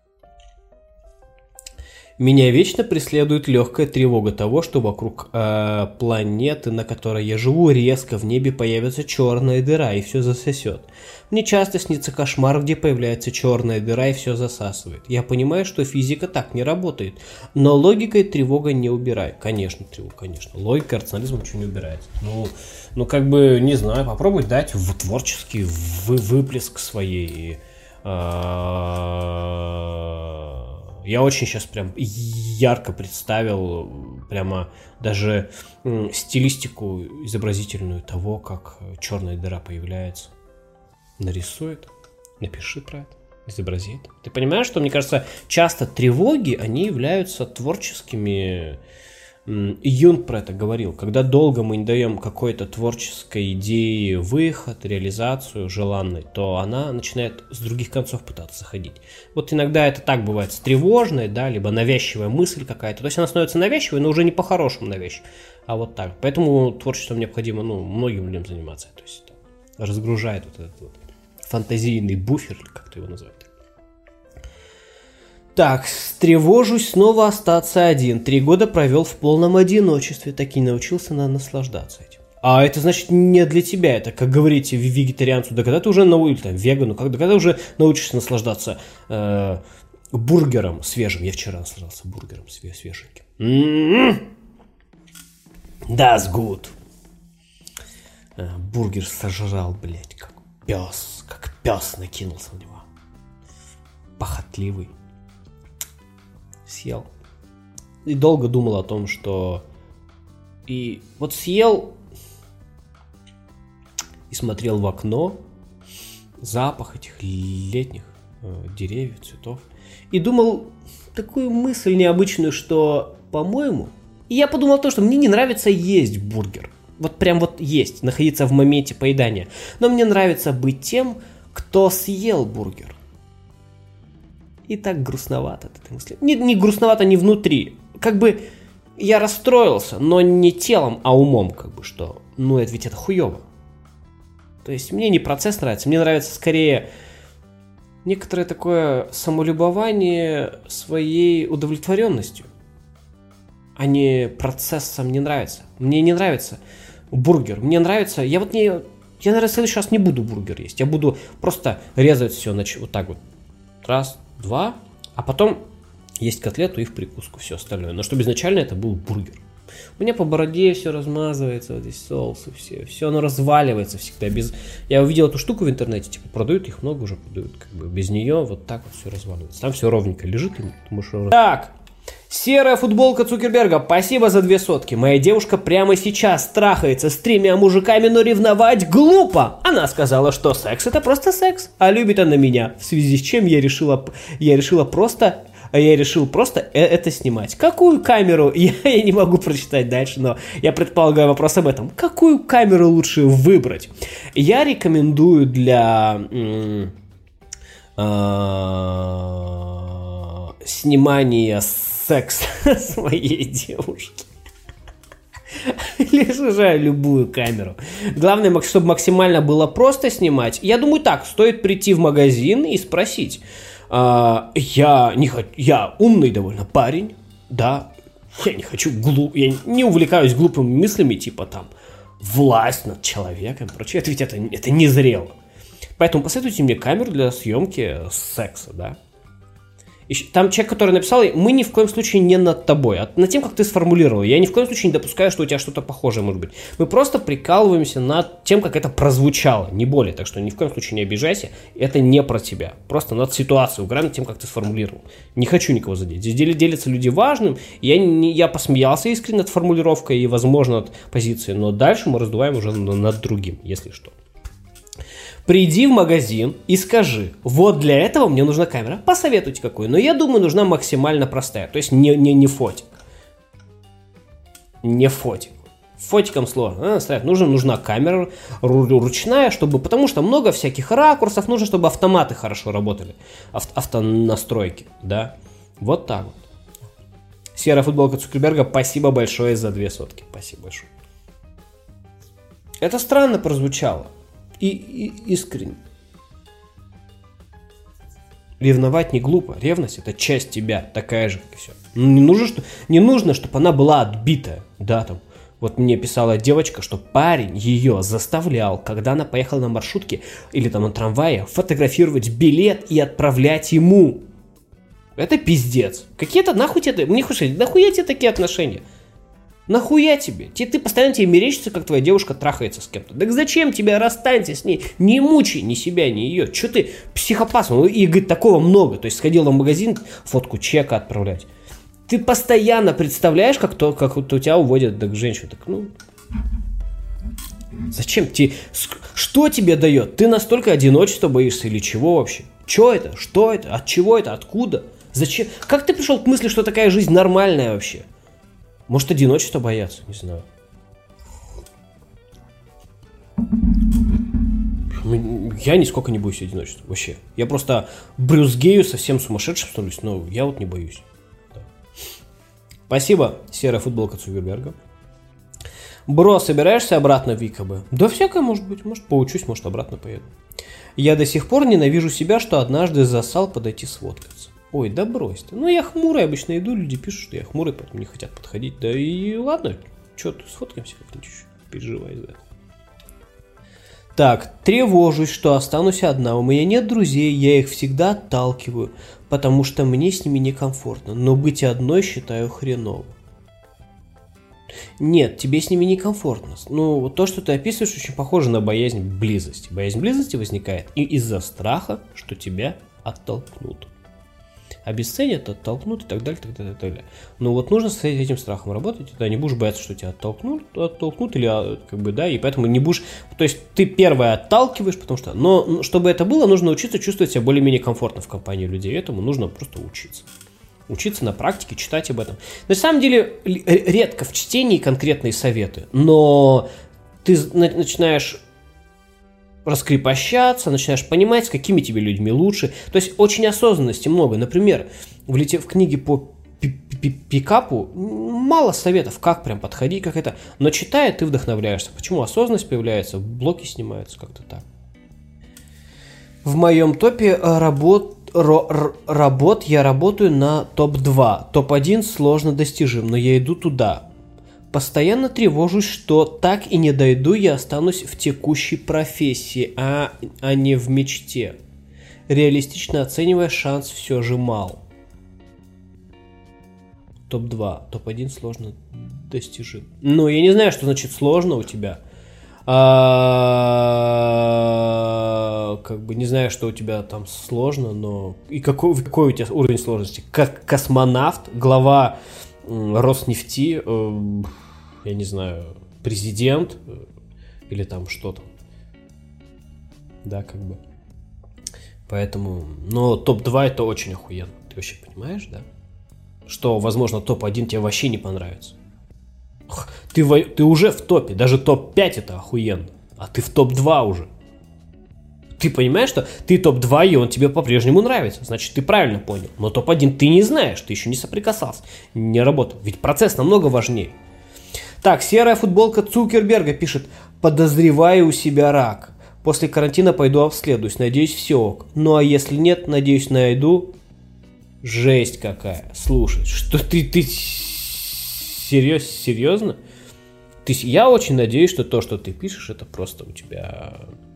Меня вечно преследует легкая тревога того, что вокруг э, планеты, на которой я живу, резко в небе появится черная дыра и все засосет. Мне часто снится кошмар, где появляется черная дыра и все засасывает. Я понимаю, что физика так не работает, но логикой тревога не убирает. Конечно, тревога, конечно. Логика, рационализм ничего не убирает. Ну, ну, как бы, не знаю, попробуй дать в творческий вы, выплеск своей... Э, Я очень сейчас прям ярко представил прямо даже стилистику изобразительную того, как черная дыра появляется. Нарисуй это, напиши про это, изобрази это. Ты понимаешь, что, мне кажется, часто тревоги, они являются творческими Юнг про это говорил. Когда долго мы не даем какой-то творческой идеи выход, реализацию желанной, то она начинает с других концов пытаться заходить. Вот иногда это так бывает с тревожной, да, либо навязчивая мысль какая-то. То есть она становится навязчивой, но уже не по-хорошему навязчивой, а вот так. Поэтому творчеством необходимо, ну, многим людям заниматься. То есть это разгружает вот этот вот фантазийный буфер, или как-то его назвать. Так, тревожусь снова остаться один. Три года провел в полном одиночестве, так и научился на наслаждаться этим. А это значит не для тебя, это, как говорите вегетарианцу, да когда ты уже научишься, там, вегану, когда, когда ты уже научишься наслаждаться э, бургером свежим. Я вчера наслаждался бургером свеженьким. Mm-hmm. That's good. Э, бургер сожрал, блядь, как пес, как пес накинулся на него. Похотливый. Съел. И долго думал о том, что... И вот съел и смотрел в окно, запах этих летних э, деревьев, цветов. И думал такую мысль необычную, что, по-моему... И я подумал то, что мне не нравится есть бургер. Вот прям вот есть, находиться в моменте поедания. Но мне нравится быть тем, кто съел бургер. И так грустновато от этой мысли. Не, не грустновато не внутри. Как бы я расстроился, но не телом, а умом, как бы, что, ну, это ведь это хуёво. То есть мне не процесс нравится, мне нравится скорее некоторое такое самолюбование своей удовлетворенностью, а не процессом не нравится. Мне не нравится бургер, мне нравится, я вот не, я, наверное, в следующий раз не буду бургер есть, я буду просто резать все вот так вот, раз, два, а потом есть котлету и в прикуску все остальное. Но чтобы изначально это был бургер. У меня по бороде все размазывается, вот здесь соусы все, все оно разваливается всегда. Без... Я увидел эту штуку в интернете, типа продают, их много уже продают, как бы без нее вот так вот все разваливается. Там все ровненько лежит, и ты можешь... Так, серая футболка Цукерберга, спасибо за две сотки. Моя девушка прямо сейчас трахается с тремя мужиками, но ревновать глупо. Она сказала, что секс это просто секс, а любит она меня. В связи с чем я решила, я решила просто... Я решил просто это снимать. Какую камеру? Я, я не могу прочитать дальше, но я предполагаю вопрос об этом. Какую камеру лучше выбрать? Я рекомендую для м- а- снимания секса своей девушки. Лишь же любую камеру. Главное, чтобы максимально было просто снимать. Я думаю так, стоит прийти в магазин и спросить. Uh, я не хочу, я умный довольно парень, да, я не хочу глуп, я не увлекаюсь глупыми мыслями, типа там власть над человеком, прочее, это ведь это, это незрело. Поэтому посоветуйте мне камеру для съемки секса, да. И там человек, который написал, мы ни в коем случае не над тобой, а над тем, как ты сформулировал. Я ни в коем случае не допускаю, что у тебя что-то похожее может быть. Мы просто прикалываемся над тем, как это прозвучало, не более. Так что ни в коем случае не обижайся, это не про тебя. Просто над ситуацией, уграй над тем, как ты сформулировал. Не хочу никого задеть. Здесь делятся люди важным. Я, не, я посмеялся искренне над формулировкой и, возможно, над позицией, но дальше мы раздуваем уже над другим, если что. Приди в магазин и скажи, вот для этого мне нужна камера, посоветуйте какую, но я думаю, нужна максимально простая, то есть не, не, не фотик. Не фотик. Фотиком сложно, а, ставить. Нужна, нужна камера ручная, чтобы, потому что много всяких ракурсов, нужно, чтобы автоматы хорошо работали, авто, автонастройки, да, вот так вот. Серая футболка Цукерберга, спасибо большое за две сотки, спасибо большое. Это странно прозвучало. И, и искренне. Ревновать не глупо. Ревность — это часть тебя, такая же, как и все. Ну, не нужно, что, не нужно, чтобы она была отбитая. Да, там. Вот мне писала девочка, что парень ее заставлял, когда она поехала на маршрутке или там на трамвае, фотографировать билет и отправлять ему. Это пиздец. Какие-то нахуй тебе... Мне хочется, нахуя тебе такие отношения? Нахуя тебе? Ты, ты постоянно тебе мерещится, как твоя девушка трахается с кем-то. Так зачем тебе? Расстанься с ней. Не мучай ни себя, ни ее. Че ты психопат? Ну, и, говорит, такого много. То есть сходил в магазин, фотку чека отправлять. Ты постоянно представляешь, как, то, как у тебя уводят так, женщину. Так, ну... Зачем тебе? Что тебе дает? Ты настолько одиночества боишься или чего вообще? Че это? Что это? От чего это? Откуда? Зачем? Как ты пришел к мысли, что такая жизнь нормальная вообще? Может, одиночество боятся, не знаю. Я нисколько не боюсь одиночества, вообще. Я просто брюзгею, совсем сумасшедшим становлюсь, но я вот не боюсь. Да. Спасибо, серая футболка Цукерберга. Бро, собираешься обратно в ВКБ? Да всякое может быть, может поучусь, может обратно поеду. Я до сих пор ненавижу себя, что однажды засал подойти сфоткаться. Ой, да брось ты. Ну я хмурый обычно иду, люди пишут, что я хмурый, поэтому не хотят подходить. Да и ладно, что ты, сфоткаемся как-нибудь, переживай за это. Так, тревожусь, что останусь одна. У меня нет друзей, я их всегда отталкиваю, потому что мне с ними некомфортно. Но быть одной считаю хреново. Нет, тебе с ними некомфортно. Ну, вот то, что ты описываешь, очень похоже на боязнь близости. Боязнь близости возникает и из-за страха, что тебя оттолкнут. Обесценят, оттолкнут и так далее, так далее, так далее. Но вот нужно с этим страхом работать, да, не будешь бояться, что тебя оттолкнут, оттолкнут или как бы, да, и поэтому не будешь, то есть ты первое отталкиваешь, потому что, но чтобы это было, нужно учиться чувствовать себя более-менее комфортно в компании людей, этому нужно просто учиться. Учиться на практике, читать об этом. На самом деле, редко в чтении конкретные советы, но ты начинаешь раскрепощаться, начинаешь понимать, с какими тебе людьми лучше. То есть очень осознанности много. Например, в, в книге по пикапу мало советов, как прям подходить, как это. Но читая, ты вдохновляешься. Почему осознанность появляется, блоки снимаются, как-то так. В моем топе работ, ро, работ я работаю на топ два. топ один сложно достижим, но я иду туда. Постоянно тревожусь, что так и не дойду, я останусь в текущей профессии, а, а не в мечте. Реалистично оценивая, шанс все же мал. топ два. топ один сложно достижим. Ну, я не знаю, что значит сложно у тебя. А, как бы не знаю, что у тебя там сложно, но... И какой, какой у тебя уровень сложности? Как космонавт, глава... Роснефти, э, я не знаю, президент э, или там что-то. Да, как бы. Поэтому, но топ два это очень охуенно. Ты вообще понимаешь, да? Что, возможно, топ один тебе вообще не понравится. Ты, ты уже в топе, даже топ пять это охуенно, а ты в топ два уже. Ты понимаешь, что ты топ два, и он тебе по-прежнему нравится. Значит, ты правильно понял. Но топ один ты не знаешь, ты еще не соприкасался, не работал. Ведь процесс намного важнее. Так, серая футболка Цукерберга пишет: подозреваю у себя рак. После карантина пойду обследуюсь. Надеюсь, все ок. Ну а если нет, надеюсь, найду. Жесть какая. Слушай, что ты, ты серьез, серьезно? Ты, я очень надеюсь, что то, что ты пишешь, это просто у тебя...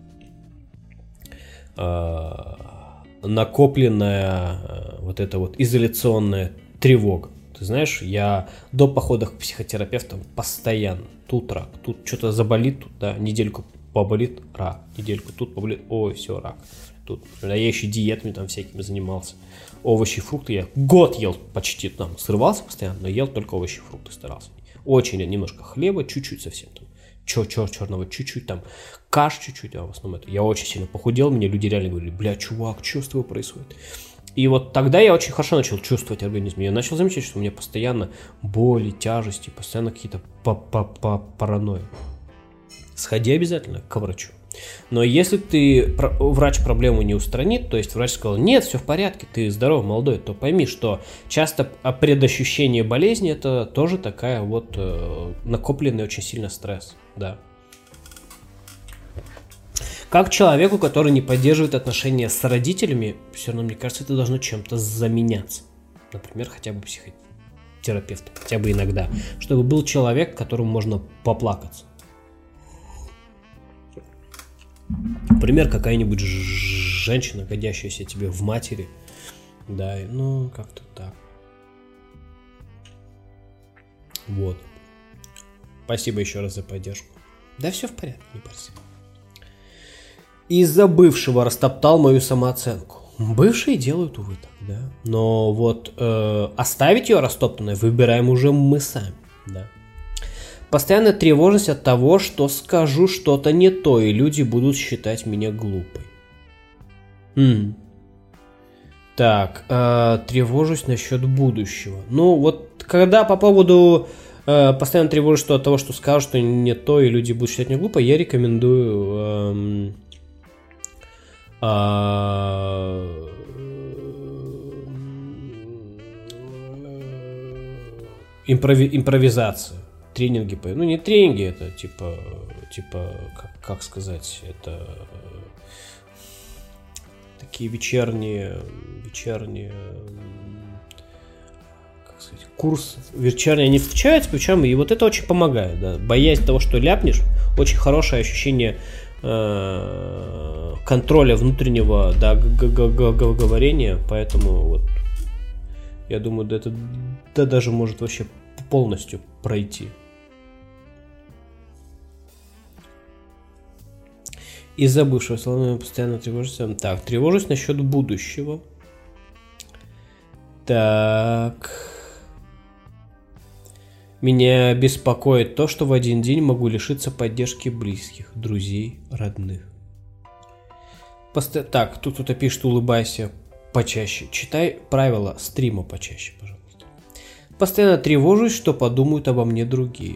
накопленная вот эта вот изоляционная тревога. Ты знаешь, я до походов к психотерапевтам постоянно. Тут рак, тут что-то заболит, тут, да, недельку поболит, рак, недельку тут поболит, ой, все, рак. Тут, а я еще диетами там всякими занимался. Овощи, фрукты я год ел почти, там, срывался постоянно, но ел только овощи, фрукты старался. Очень немножко хлеба, чуть-чуть совсем там. Чё, чё, черного, чуть-чуть там, каш чуть-чуть, а в основном это. Я очень сильно похудел, мне люди реально говорили: бля, чувак, что с тобой происходит? И вот тогда я очень хорошо начал чувствовать организм. Я начал замечать, что у меня постоянно боли, тяжести, постоянно какие-то паранойи. Сходи обязательно к врачу. Но если ты, врач проблему не устранит, то есть врач сказал: нет, все в порядке, ты здоров, молодой, то пойми, что часто предощущение болезни это тоже такая вот э, накопленный очень сильно стресс, да. Как человеку, который не поддерживает отношения с родителями, все равно, мне кажется, это должно чем-то заменяться. Например, хотя бы психотерапевтом, хотя бы иногда, чтобы был человек, которому можно поплакаться. Например, какая-нибудь женщина, годящаяся тебе в матери. Да, ну, как-то так. Вот. Спасибо еще раз за поддержку. Да все в порядке, не парься. Из-за бывшего растоптал мою самооценку. Бывшие делают, увы, так, да. Но вот э, оставить ее растоптанной выбираем уже мы сами, да. Постоянная тревожность от того, что скажу что-то не то, и люди будут считать меня глупой. М-м. Так, э, тревожусь насчет будущего. Ну, вот когда по поводу э, постоянно тревожусь, что от того, что скажут, что не то, и люди будут считать меня глупо, я рекомендую эм, э, импрови, импровизацию, тренинги, по, ну не тренинги, это типа, типа как, как сказать, это такие вечерние, вечерние, как сказать, курсы, вечерние, они включаются, причем, и вот это очень помогает, да, боязнь того, что ляпнешь, очень хорошее ощущение э, контроля внутреннего, да, говорения, поэтому вот я думаю, да, это да, даже может вообще полностью пройти. Из-за бывшего слова постоянно тревожусь. Так, тревожусь насчет будущего. Так. Меня беспокоит то, что в один день могу лишиться поддержки близких, друзей, родных. Посто... Так, тут кто-то пишет, улыбайся почаще. Читай правила стрима почаще, пожалуйста. Постоянно тревожусь, что подумают обо мне другие.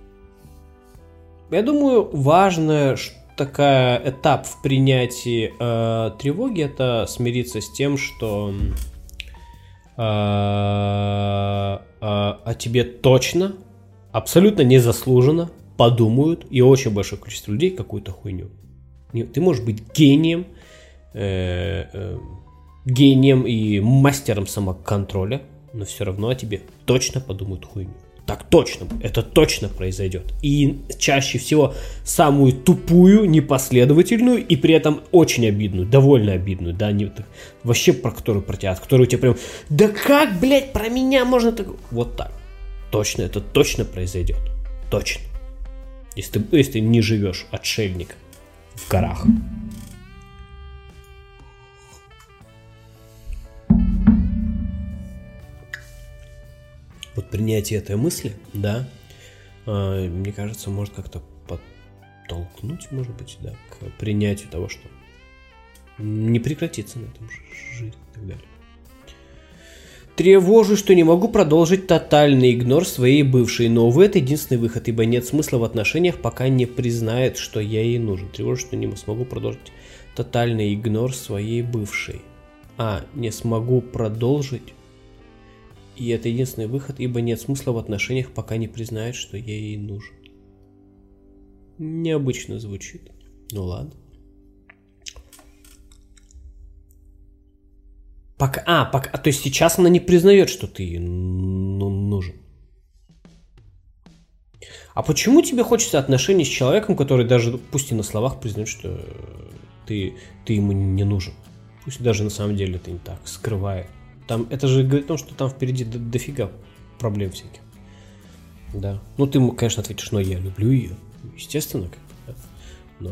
Я думаю, важно, что такая этап в принятии э, тревоги — это смириться с тем, что э, э, о тебе точно, абсолютно незаслуженно подумают, и очень большое количество людей какую-то хуйню. Ты можешь быть гением, э, э, гением и мастером самоконтроля, но все равно о тебе точно подумают хуйню. Так точно, это точно произойдет. И чаще всего самую тупую, непоследовательную и при этом очень обидную, довольно обидную, да, не, вообще про которую про тебя, от которой у тебя прям, да как, блядь, про меня можно так, вот так. Точно, это точно произойдет. Точно. Если ты, если ты не живешь отшельник в горах. Вот принятие этой мысли, да, э, мне кажется, может как-то подтолкнуть, может быть, да, к принятию того, что не прекратится на этом жизнь и так далее. Тревожусь, что не могу продолжить тотальный игнор своей бывшей, но, увы, это единственный выход, ибо нет смысла в отношениях, пока не признает, что я ей нужен. Тревожусь, что не смогу продолжить тотальный игнор своей бывшей. А, не смогу продолжить. И это единственный выход, ибо нет смысла в отношениях, пока не признает, что я ей нужен. Необычно звучит. Ну ладно. Пока, а, пока, то есть сейчас она не признает, что ты ей ну, нужен. А почему тебе хочется отношений с человеком, который даже, пусть и на словах признает, что ты, ты ему не нужен? Пусть даже на самом деле это не так, скрывает. Там, это же говорит о том, что там впереди до, дофига проблем всяких. Да. Ну, ты ему, конечно, ответишь, но я люблю ее. Естественно, как бы, да. Но...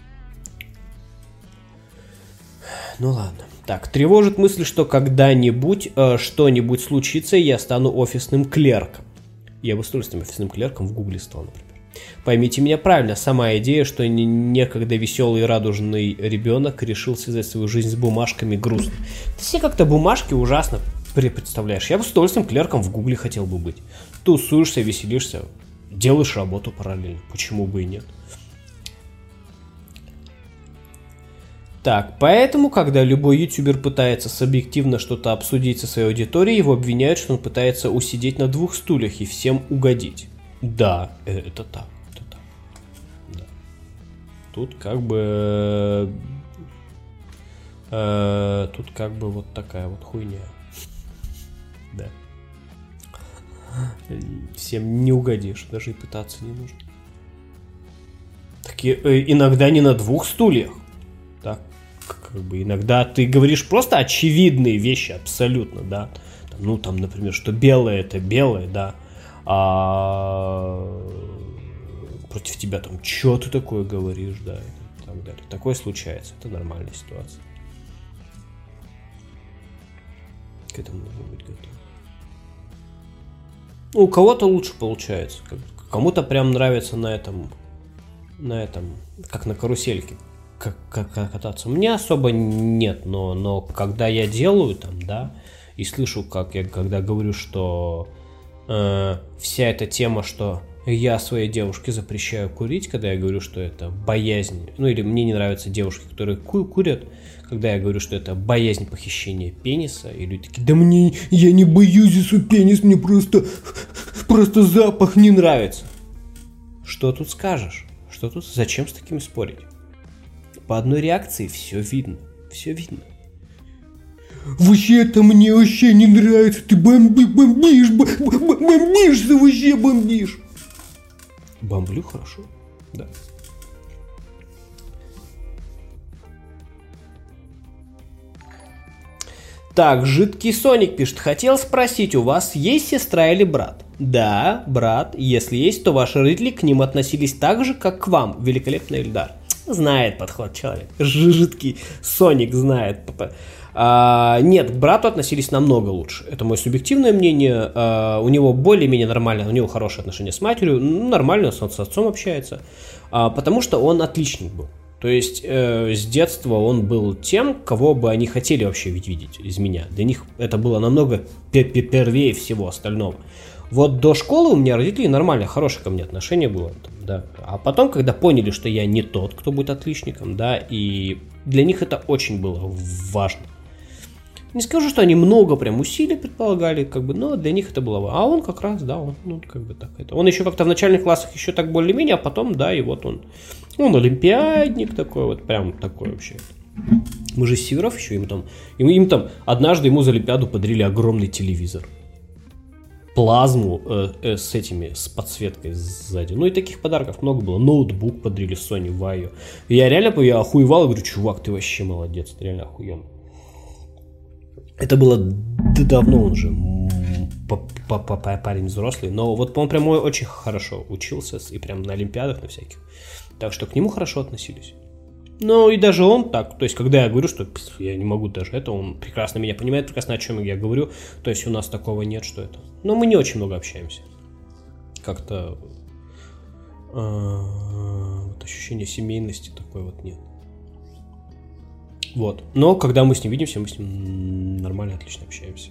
Ну, ладно. Так, тревожит мысль, что когда-нибудь э, что-нибудь случится, и я стану офисным клерком. Я бы с удовольствием офисным клерком в Гугле стал, например. Поймите меня правильно, сама идея, что некогда веселый и радужный ребенок решил связать свою жизнь с бумажками, грустно. Ты себе как-то бумажки ужасно представляешь. Я бы с удовольствием клерком в Гугле хотел бы быть. Ты тусуешься, веселишься, делаешь работу параллельно. Почему бы и нет? Так, поэтому, когда любой ютубер пытается субъективно что-то обсудить со своей аудиторией, его обвиняют, что он пытается усидеть на двух стульях и всем угодить. Да, это так, это так. Да. Тут как бы... Э, тут как бы вот такая вот хуйня. Да. Всем не угодишь, даже и пытаться не нужно. Так и, э, иногда не на двух стульях. Так, как бы иногда ты говоришь просто очевидные вещи абсолютно, да. Там, ну там, например, что белое это белое, да. А против тебя там, что ты такое говоришь, да, и так далее. Такое случается, это нормальная ситуация. К этому нужно быть готовым. Ну, у кого-то лучше получается, кому-то прям нравится на этом, на этом, как на карусельке, как, как кататься. Мне особо нет, но, но когда я делаю там, да, и слышу, как я когда говорю, что э, вся эта тема, что я своей девушке запрещаю курить, когда я говорю, что это боязнь, ну или мне не нравятся девушки, которые ку- курят, когда я говорю, что это боязнь похищения пениса, и люди такие, да мне, я не боюсь за свой пенис, мне просто, просто запах не нравится. Что тут скажешь? Что тут, зачем с таким спорить? По одной реакции все видно, все видно. Вообще это мне вообще не нравится, ты бомби, бомбишь, бомбишь, вообще бомбишь. Бомблю хорошо, да. Так, жидкий Соник пишет, хотел спросить, у вас есть сестра или брат? Да, брат, если есть, то ваши родители к ним относились так же, как к вам, великолепный Эльдар. Знает подход человек, жидкий Соник знает. А, нет, к брату относились намного лучше. Это мое субъективное мнение. А, у него более-менее нормально, у него хорошие отношения с матерью, ну, нормально, он с отцом общается, а, потому что он отличник был. То есть э, с детства он был тем, кого бы они хотели вообще видеть из меня. Для них это было намного первее всего остального. Вот до школы у меня родители нормально, хорошее ко мне отношение было. Да. А потом, когда поняли, что я не тот, кто будет отличником, да, и для них это очень было важно. Не скажу, что они много прям усилий предполагали, как бы, но для них это было важно. А он как раз, да, он, ну, как бы так. Это. Он еще как-то в начальных классах еще так более-менее, а потом, да, и вот он. Он олимпиадник такой, вот прям такой вообще. Мы же с северов еще, им там, им, им там однажды ему за олимпиаду подарили огромный телевизор. Плазму э, э, с этими, с подсветкой сзади. Ну и таких подарков много было. Ноутбук подарили Sony Vaio. Я реально, я охуевал и говорю, чувак, ты вообще молодец, ты реально охуенный. Это было давно, он же парень взрослый, но вот он прям очень хорошо учился и прям на олимпиадах на всяких. Так что к нему хорошо относились. Ну и даже он так, то есть когда я говорю, что я не могу даже это, он прекрасно меня понимает, прекрасно о чем я говорю, то есть у нас такого нет, что это. Но мы не очень много общаемся. Как-то вот ощущение семейности такой вот нет. Вот. Но когда мы с ним видимся, мы с ним нормально, отлично общаемся.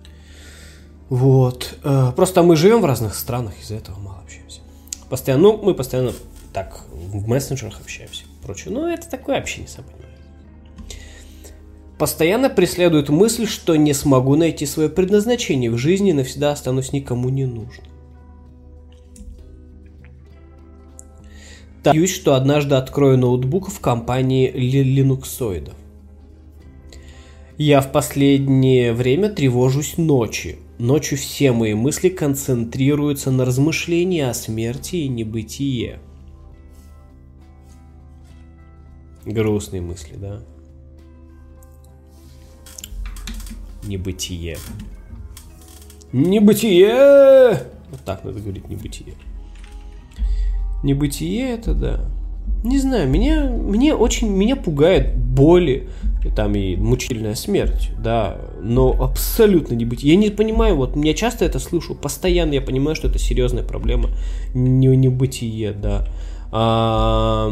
Вот. Просто мы живем в разных странах, из-за этого мало общаемся. Постоянно, ну, мы постоянно так в мессенджерах общаемся и прочее. Но это такое общение, сам понимаю. Постоянно преследует мысль, что не смогу найти свое предназначение в жизни и навсегда останусь никому не нужным. Боюсь, что однажды открою ноутбук в компании линуксоидов. Я в последнее время тревожусь ночью. Ночью все мои мысли концентрируются на размышлении о смерти и небытие. Грустные мысли, да? Небытие. Небытие! Вот так надо говорить, небытие. Небытие это, да. Не знаю, меня, мне очень, меня пугает боли, там и мучительная смерть, да, но абсолютно небытие. Я не понимаю, вот, я часто это слышу, постоянно я понимаю, что это серьезная проблема, не небытие, да. А,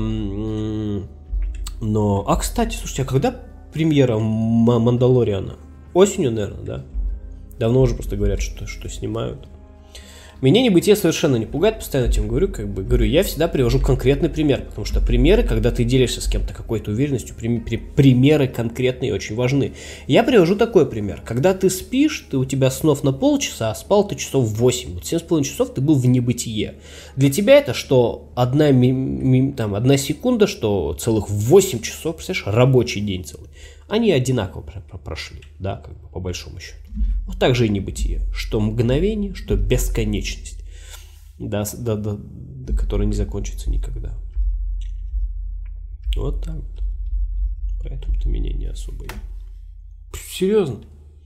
но, а, кстати, слушайте, а когда премьера Мандалориана? Осенью, наверное, да? Давно уже просто говорят, что, что снимают. Меня небытие совершенно не пугает, постоянно этим говорю, как бы говорю, я всегда привожу конкретный пример, потому что примеры, когда ты делишься с кем-то какой-то уверенностью, при, при, примеры конкретные очень важны. Я привожу такой пример, когда ты спишь, ты у тебя снов на полчаса, а спал ты часов восемь, вот семь с половиной часов ты был в небытие. Для тебя это что одна, ми, ми, там, одна секунда, что целых восемь часов, представляешь, рабочий день целый. Они одинаково прошли, да, как бы по большому счету. Вот так же и небытие, что мгновение, что бесконечность, да, до, до, до которой не закончится никогда. Вот так вот. Поэтому-то меня не особо. Серьезно.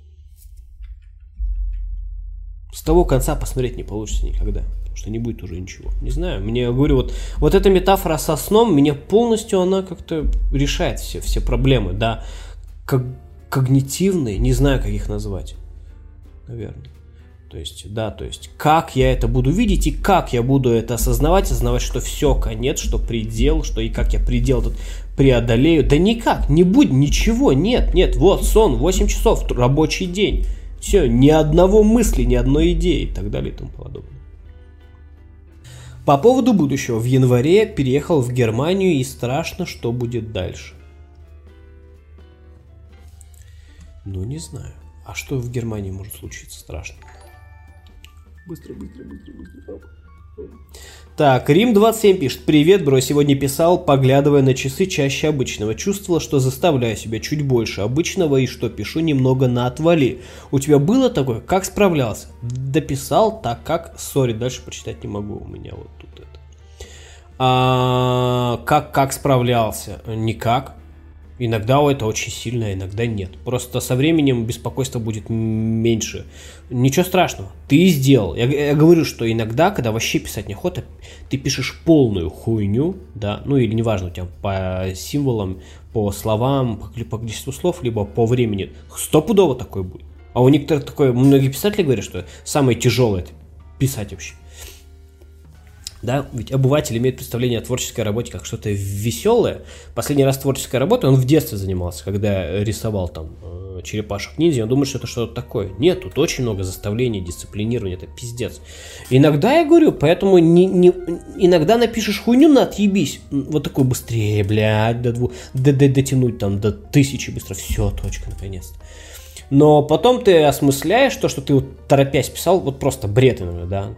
С того конца посмотреть не получится никогда, потому что не будет уже ничего. Не знаю, мне, я говорю, вот, вот эта метафора со сном, меня полностью она как-то решает все, все проблемы, да, как когнитивные, не знаю, как их назвать, наверное. То есть, да, то есть, как я это буду видеть и как я буду это осознавать, осознавать, что все, конец, что предел, что и как я предел тут преодолею. Да никак, не будет ничего, нет, нет, вот сон, восемь часов, рабочий день. Все, ни одного мысли, ни одной идеи и так далее и тому подобное. По поводу будущего. В январе переехал в Германию и страшно, что будет дальше. Ну, не знаю. А что в Германии может случиться страшно? Быстро, быстро, быстро, быстро. Так, Рим двадцать семь пишет. Привет, бро. Сегодня писал, поглядывая на часы чаще обычного. Чувствовал, что заставляю себя чуть больше обычного и что пишу немного на отвали. У тебя было такое? Как справлялся? Дописал так как... Сори, дальше прочитать не могу. У меня вот тут это. А, как, как справлялся? Никак. Иногда это очень сильно, иногда нет. Просто со временем беспокойства будет меньше. Ничего страшного, ты сделал. Я, я говорю, что иногда, когда вообще писать неохота, ты пишешь полную хуйню, да, ну или неважно, у тебя по символам, по словам, по, по количеству слов, либо по времени. Стопудово такое будет. А у некоторых такое, многие писатели говорят, что самое тяжелое это писать вообще. Да, ведь обыватель имеет представление о творческой работе как что-то веселое. Последний раз творческой работой он в детстве занимался, когда рисовал там э, черепашек-ниндзя. Он думает, что это что-то такое. Нет, тут очень много заставлений, дисциплинирования, это пиздец. Иногда я говорю, поэтому не, не, иногда напишешь хуйню на отъебись. Вот такой быстрее, блядь, до двух, до, до, дотянуть там до тысячи быстро. Все, точка, наконец-то. Но потом ты осмысляешь то, что ты вот торопясь писал, вот просто бред иногда, да.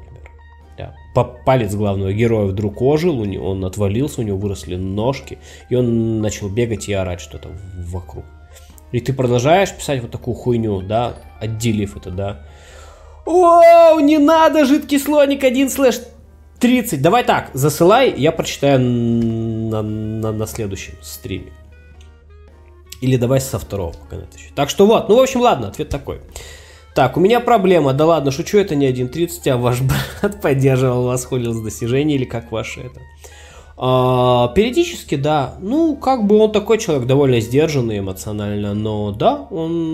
Палец главного героя вдруг ожил, у него, он отвалился, у него выросли ножки, и он начал бегать и орать что-то вокруг. И ты продолжаешь писать вот такую хуйню, да, отделив это, да. Оу, не надо, жидкий слоник один слэш тридцать. Давай так, засылай, я прочитаю на, на, на следующем стриме. Или давай со второго пока натащу. Так что вот, ну в общем, ладно, ответ такой. Так, у меня проблема, да ладно, шучу, это не один тридцать, а ваш брат поддерживал вас, холил с достижений, или как ваше это? А, периодически, да, ну, как бы он такой человек, довольно сдержанный эмоционально, но да,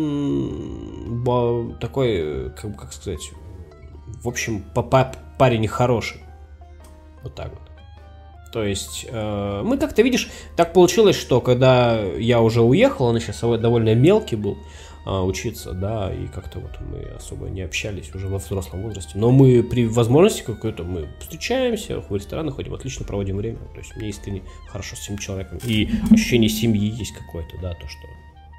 он ба, такой, как, как сказать, в общем, парень хороший, вот так вот. То есть, э, мы как-то, видишь, так получилось, что когда я уже уехал, он еще довольно мелкий был, учиться, да, и как-то вот мы особо не общались уже во взрослом возрасте. Но мы при возможности какой-то мы встречаемся, в рестораны ходим, отлично проводим время. То есть мне искренне хорошо с этим человеком. И ощущение семьи есть какое-то, да, то, что...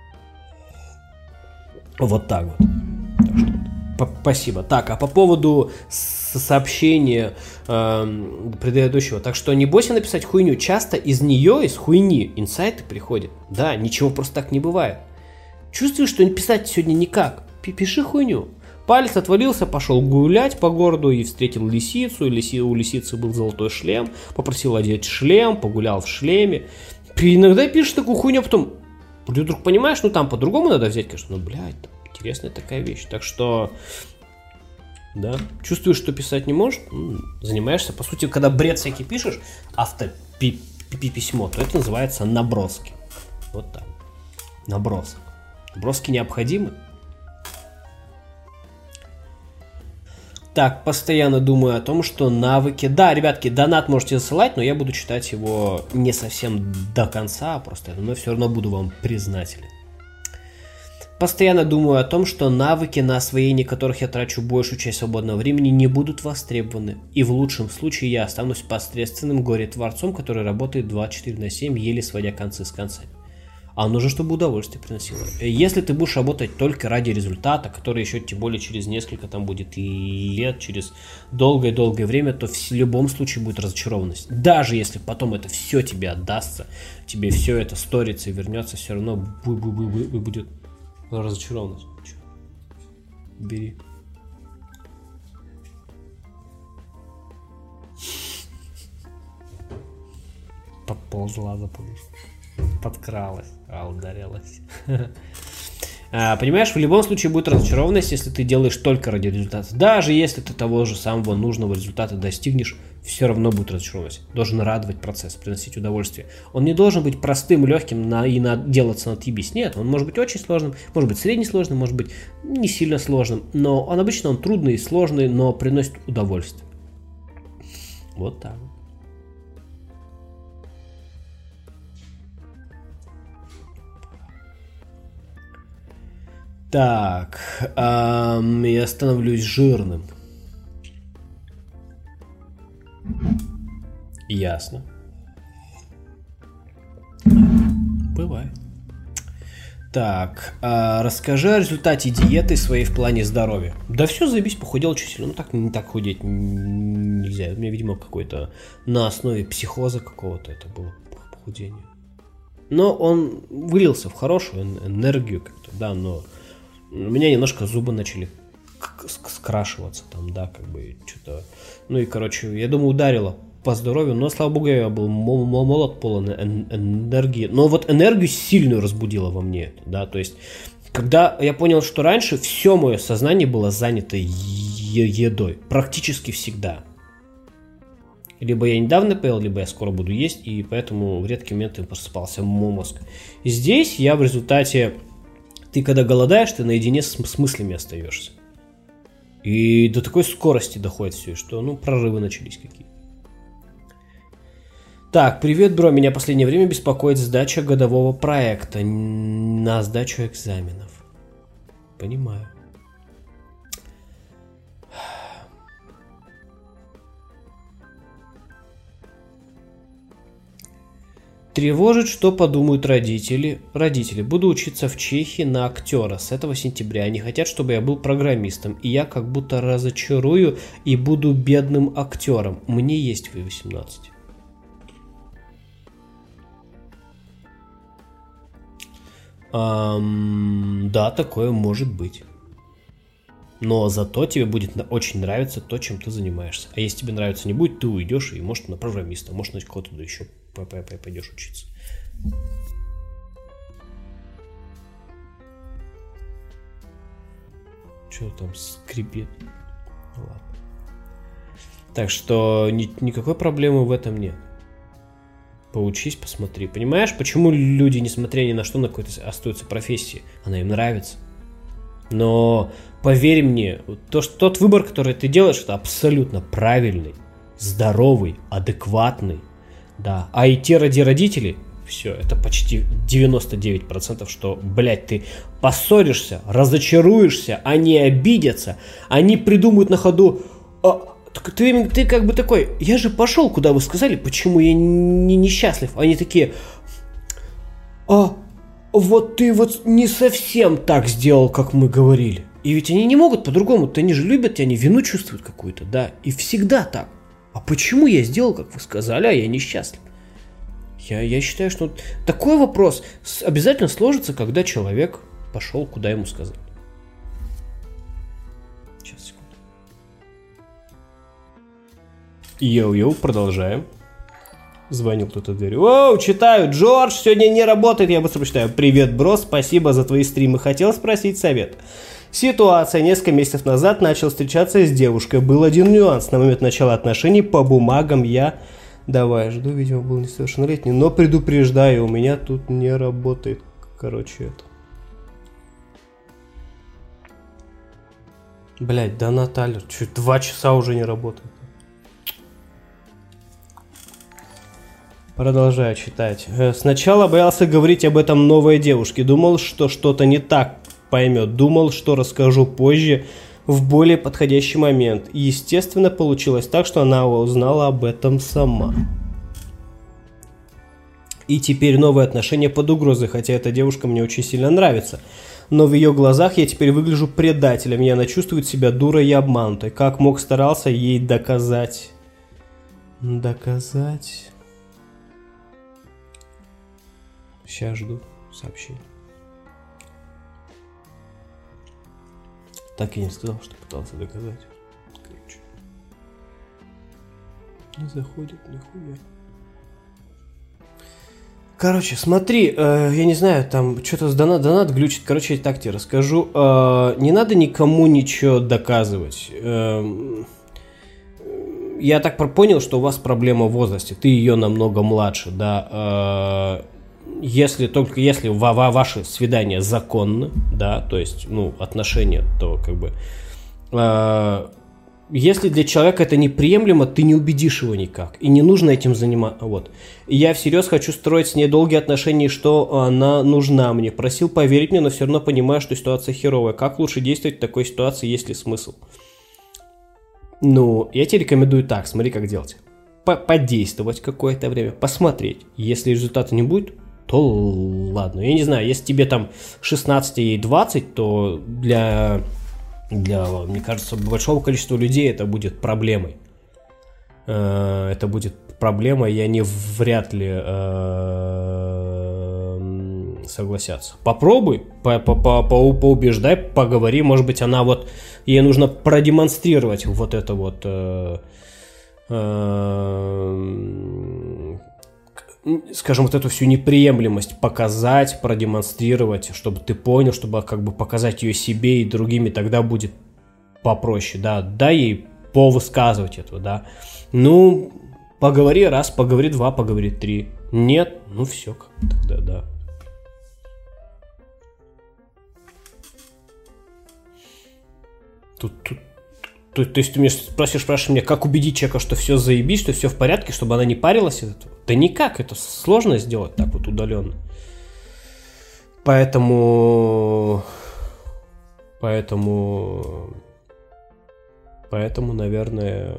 Вот так вот. Так что вот. Спасибо. Так, а по поводу сообщения э, предыдущего. Так что не бойся написать хуйню. Часто из нее, из хуйни, инсайты приходят. Да, ничего просто так не бывает. Чувствуешь, что писать сегодня никак? Пиши хуйню. Палец отвалился, пошел гулять по городу и встретил лисицу. Лиси, у лисицы был золотой шлем. Попросил одеть шлем, погулял в шлеме. Иногда пишешь такую хуйню, а потом вдруг понимаешь, ну там по-другому надо взять, конечно. Ну, блядь, интересная такая вещь. Так что, да, чувствуешь, что писать не можешь, занимаешься. По сути, когда бред всякий пишешь, автописьмо, то это называется наброски. Вот так. Набросок. Наброски необходимы. Так, постоянно думаю о том, что навыки... Да, ребятки, донат можете засылать, но я буду читать его не совсем до конца, просто, но все равно буду вам признателен. Постоянно думаю о том, что навыки, на освоение которых я трачу большую часть свободного времени, не будут востребованы. И в лучшем случае я останусь посредственным горе-творцом, который работает двадцать четыре на семь, еле сводя концы с концами. А нужно, чтобы удовольствие приносило. Если ты будешь работать только ради результата, который еще тем более через несколько там будет лет, через долгое-долгое время, то в любом случае будет разочарованность. Даже если потом это все тебе отдастся, тебе все это сторится и вернется, все равно будет разочарованность. Бери. Подползла за подушку. Подкралась, а ударилась. а, понимаешь, в любом случае будет разочарованность, если ты делаешь только ради результата. Даже если ты того же самого нужного результата достигнешь, все равно будет разочарованность. Должен радовать процесс, приносить удовольствие. Он не должен быть простым, легким на, и на, делаться на отъебись. Нет, он может быть очень сложным, может быть среднесложным, может быть не сильно сложным. Но он обычно он трудный и сложный, но приносит удовольствие. Вот так. Так, эм, я становлюсь жирным. Ясно. Бывает. Так, а расскажи о результате диеты своей в плане здоровья. Да все, заебись, похудел чуть сильно. Ну так не так худеть нельзя. У меня, видимо, какой-то на основе психоза какого-то это было похудение. Но он вылился в хорошую энергию как-то, да, но у меня немножко зубы начали скрашиваться там, да, как бы что-то. Ну и, короче, я думаю, ударило по здоровью, но, слава богу, я был молод, полон энергии. Но вот энергию сильную разбудила во мне, да, то есть, когда я понял, что раньше все мое сознание было занято едой, практически всегда. Либо я недавно поел, либо я скоро буду есть, и поэтому в редкие моменты просыпался мой мозг. И здесь я в результате, ты когда голодаешь, ты наедине с, с мыслями остаешься. И до такой скорости доходит все, что, ну, прорывы начались какие-то. Так, привет, бро, меня в последнее время беспокоит сдача годового проекта на сдачу экзаменов. Понимаю. Тревожит, что подумают родители. Родители. Буду учиться в Чехии на актера с этого сентября. Они хотят, чтобы я был программистом. И я как будто разочарую и буду бедным актером. Мне есть восемнадцать. Эм, да, такое может быть. Но зато тебе будет очень нравиться то, чем ты занимаешься. А если тебе нравится не будет, ты уйдешь и, может, на программиста, может, на кого-то еще пойдешь учиться. Что там скрипит? Ладно. Так что ни, никакой проблемы в этом нет. Поучись, посмотри. Понимаешь, почему люди, несмотря ни на что, на какой-то остаются профессии? Она им нравится. Но поверь мне, то, что, тот выбор, который ты делаешь, это абсолютно правильный, здоровый, адекватный. Да. А идти ради родителей, все, это почти девяносто девять процентов, что, блядь, ты поссоришься, разочаруешься, они обидятся, они придумают на ходу... А, ты, ты как бы такой, я же пошел, куда вы сказали, почему я не несчастлив. Они такие, а вот ты вот не совсем так сделал, как мы говорили. И ведь они не могут по-другому, они же любят тебя, они вину чувствуют какую-то, да, и всегда так. А почему я сделал, как вы сказали, а я несчастлив? Я, я считаю, что такой вопрос обязательно сложится, когда человек пошел, куда ему сказали. Сейчас, секунду. Йоу-йоу, продолжаем. Звонил кто-то в дверь. Оу, читаю, Джордж сегодня не работает, я быстро прочитаю. Привет, бро, спасибо за твои стримы. Хотел спросить совет. Ситуация. Несколько месяцев назад начал встречаться с девушкой. Был один нюанс. На момент начала отношений по бумагам я... Давай, жду, видимо, был несовершеннолетний. Но предупреждаю, у меня тут не работает. Короче, это... Блять, да Наталья, чуть два часа уже не работает. Продолжаю читать. Сначала боялся говорить об этом новой девушке. Думал, что что-то не так поймет. Думал, что расскажу позже, в более подходящий момент. И, естественно, получилось так, что она узнала об этом сама. И теперь новые отношения под угрозой, хотя эта девушка мне очень сильно нравится. Но в ее глазах я теперь выгляжу предателем, и она чувствует себя дурой и обманутой. Как мог, старался ей доказать. Доказать... Сейчас жду сообщения. Так я не сказал, что пытался доказать. Короче. Не заходит нихуя. Короче, смотри, э, я не знаю, там что-то с донат, донат глючит. Короче, я так тебе расскажу. Э, не надо никому ничего доказывать. Э, я так понял, что у вас проблема в возрасте. Ты ее намного младше, да. Э, Если только если ва- ва- ваши свидания законны, да, то есть, ну, отношения, то как бы э, Если для человека это неприемлемо, ты не убедишь его никак. И не нужно этим заниматься. Вот. И я всерьез хочу строить с ней долгие отношения, что она нужна мне. Просил поверить мне, но все равно понимаю, что ситуация херовая. Как лучше действовать в такой ситуации, есть ли смысл? Ну, я тебе рекомендую так, смотри, как делать. Подействовать какое-то время, посмотреть. Если результата не будет, то ладно. Я не знаю, если тебе там шестнадцать, ей двадцать, то для, для, мне кажется, большого количества людей это будет проблемой. Это будет проблемой, и они вряд ли согласятся. Попробуй, по по по поубеждай, поговори. Может быть, она вот, ей нужно продемонстрировать вот это вот... скажем, вот эту всю неприемлемость показать, продемонстрировать, чтобы ты понял, чтобы как бы показать ее себе и другим, и тогда будет попроще, да, дай ей повысказывать это, да, ну, поговори раз, поговори два, поговори три, нет, ну все, тогда да. Тут, тут То, то есть ты меня спросишь, спрашиваешь меня, как убедить человека, что все заебись, что все в порядке, чтобы она не парилась от этого? Да никак, это сложно сделать так вот удаленно. Поэтому... Поэтому... Поэтому, наверное...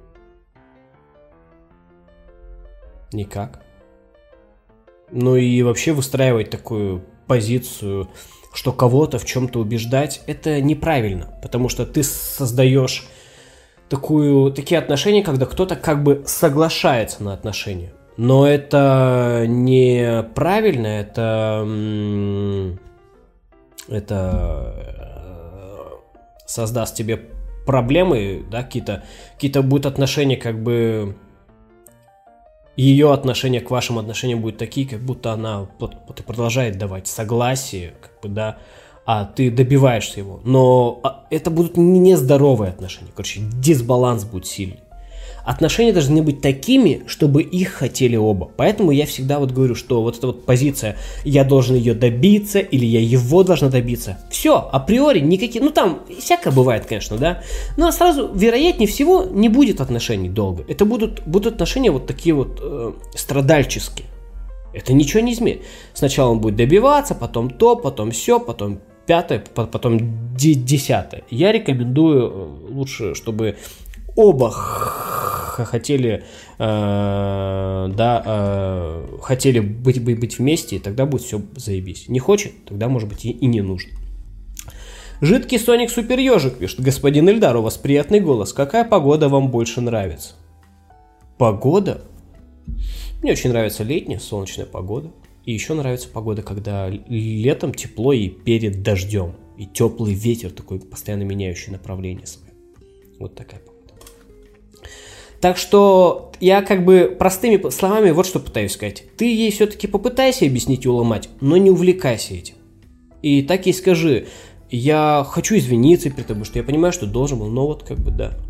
Никак. Ну и вообще выстраивать такую позицию... что кого-то в чем-то убеждать, это неправильно, потому что ты создаешь такую, такие отношения, когда кто-то как бы соглашается на отношения. Но это неправильно, это, это создаст тебе проблемы, да, какие-то, какие-то будут отношения, как бы ее отношение к вашим отношениям будет такие, как будто она вот, вот и продолжает давать согласие, как бы, да, а ты добиваешься его. Но это будут нездоровые отношения. Короче, дисбаланс будет сильный. Отношения должны быть такими, чтобы их хотели оба. Поэтому я всегда вот говорю, что вот эта вот позиция «я должен ее добиться» или «я его должна добиться». Все, априори никакие... Ну там всякое бывает, конечно, да. Но сразу, вероятнее всего, не будет отношений долго. Это будут, будут отношения вот такие вот э, страдальческие. Это ничего не изменит. Сначала он будет добиваться, потом то, потом все, потом пятое, потом десятое. Я рекомендую лучше, чтобы... оба хотели, э, да, э, хотели быть, быть, быть вместе, и тогда будет все заебись. Не хочет, тогда, может быть, и, и не нужно. Жидкий Соник Супер Ежик пишет: господин Ильдар, у вас приятный голос. Какая погода вам больше нравится? Погода? Мне очень нравится летняя солнечная погода. И еще нравится погода, когда летом тепло и перед дождем. И теплый ветер, такой постоянно меняющий направление свое. Вот такая погода. Так что я как бы простыми словами вот что пытаюсь сказать. Ты ей все-таки попытайся объяснить и уломать, но не увлекайся этим. И так ей скажи: я хочу извиниться перед тобой, что я понимаю, что должен был, но вот как бы да.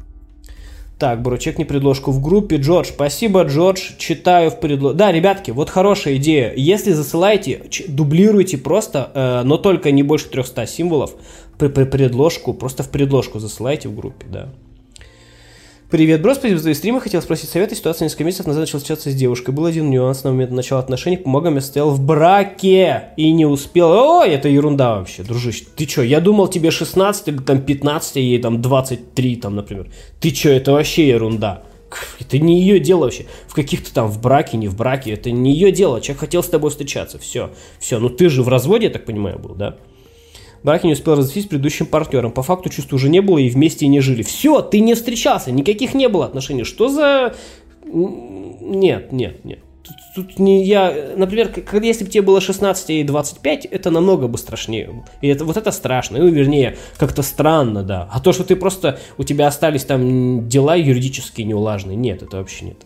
Так, бро, чекни предложку в группе. Джордж, спасибо, Джордж, читаю в предложку. Да, ребятки, вот хорошая идея. Если засылаете, дублируйте просто, э, но только не больше трехсот символов, при, при предложку, просто в предложку засылайте в группе, да. Привет, бро, спасибо за твои стримы. Хотел спросить совета. Ситуация несколько месяцев назад начал встречаться с девушкой. Был один нюанс на момент начала отношений. Помогам, я стоял в браке и не успел. Ой, это ерунда вообще, дружище. Ты чё, я думал, тебе шестнадцать или там пятнадцать, а ей там двадцать три, там, например. Ты чё, это вообще ерунда. Это не ее дело вообще. В каких-то там в браке, не в браке. Это не ее дело. Человек хотел с тобой встречаться. Все, все. Ну ты же в разводе, я так понимаю, был, да? В браке не успел развестись с предыдущим партнером. По факту чувств уже не было и вместе не жили. Все, ты не встречался, никаких не было отношений. Что за... Нет, нет, нет. Тут, тут не я... Например, когда, если бы тебе было шестнадцать и двадцать пять, это намного бы страшнее. И это, вот это страшно. Ну, вернее, как-то странно, да. А то, что ты просто... У тебя остались там дела юридические неулаженные. Нет, это вообще нет.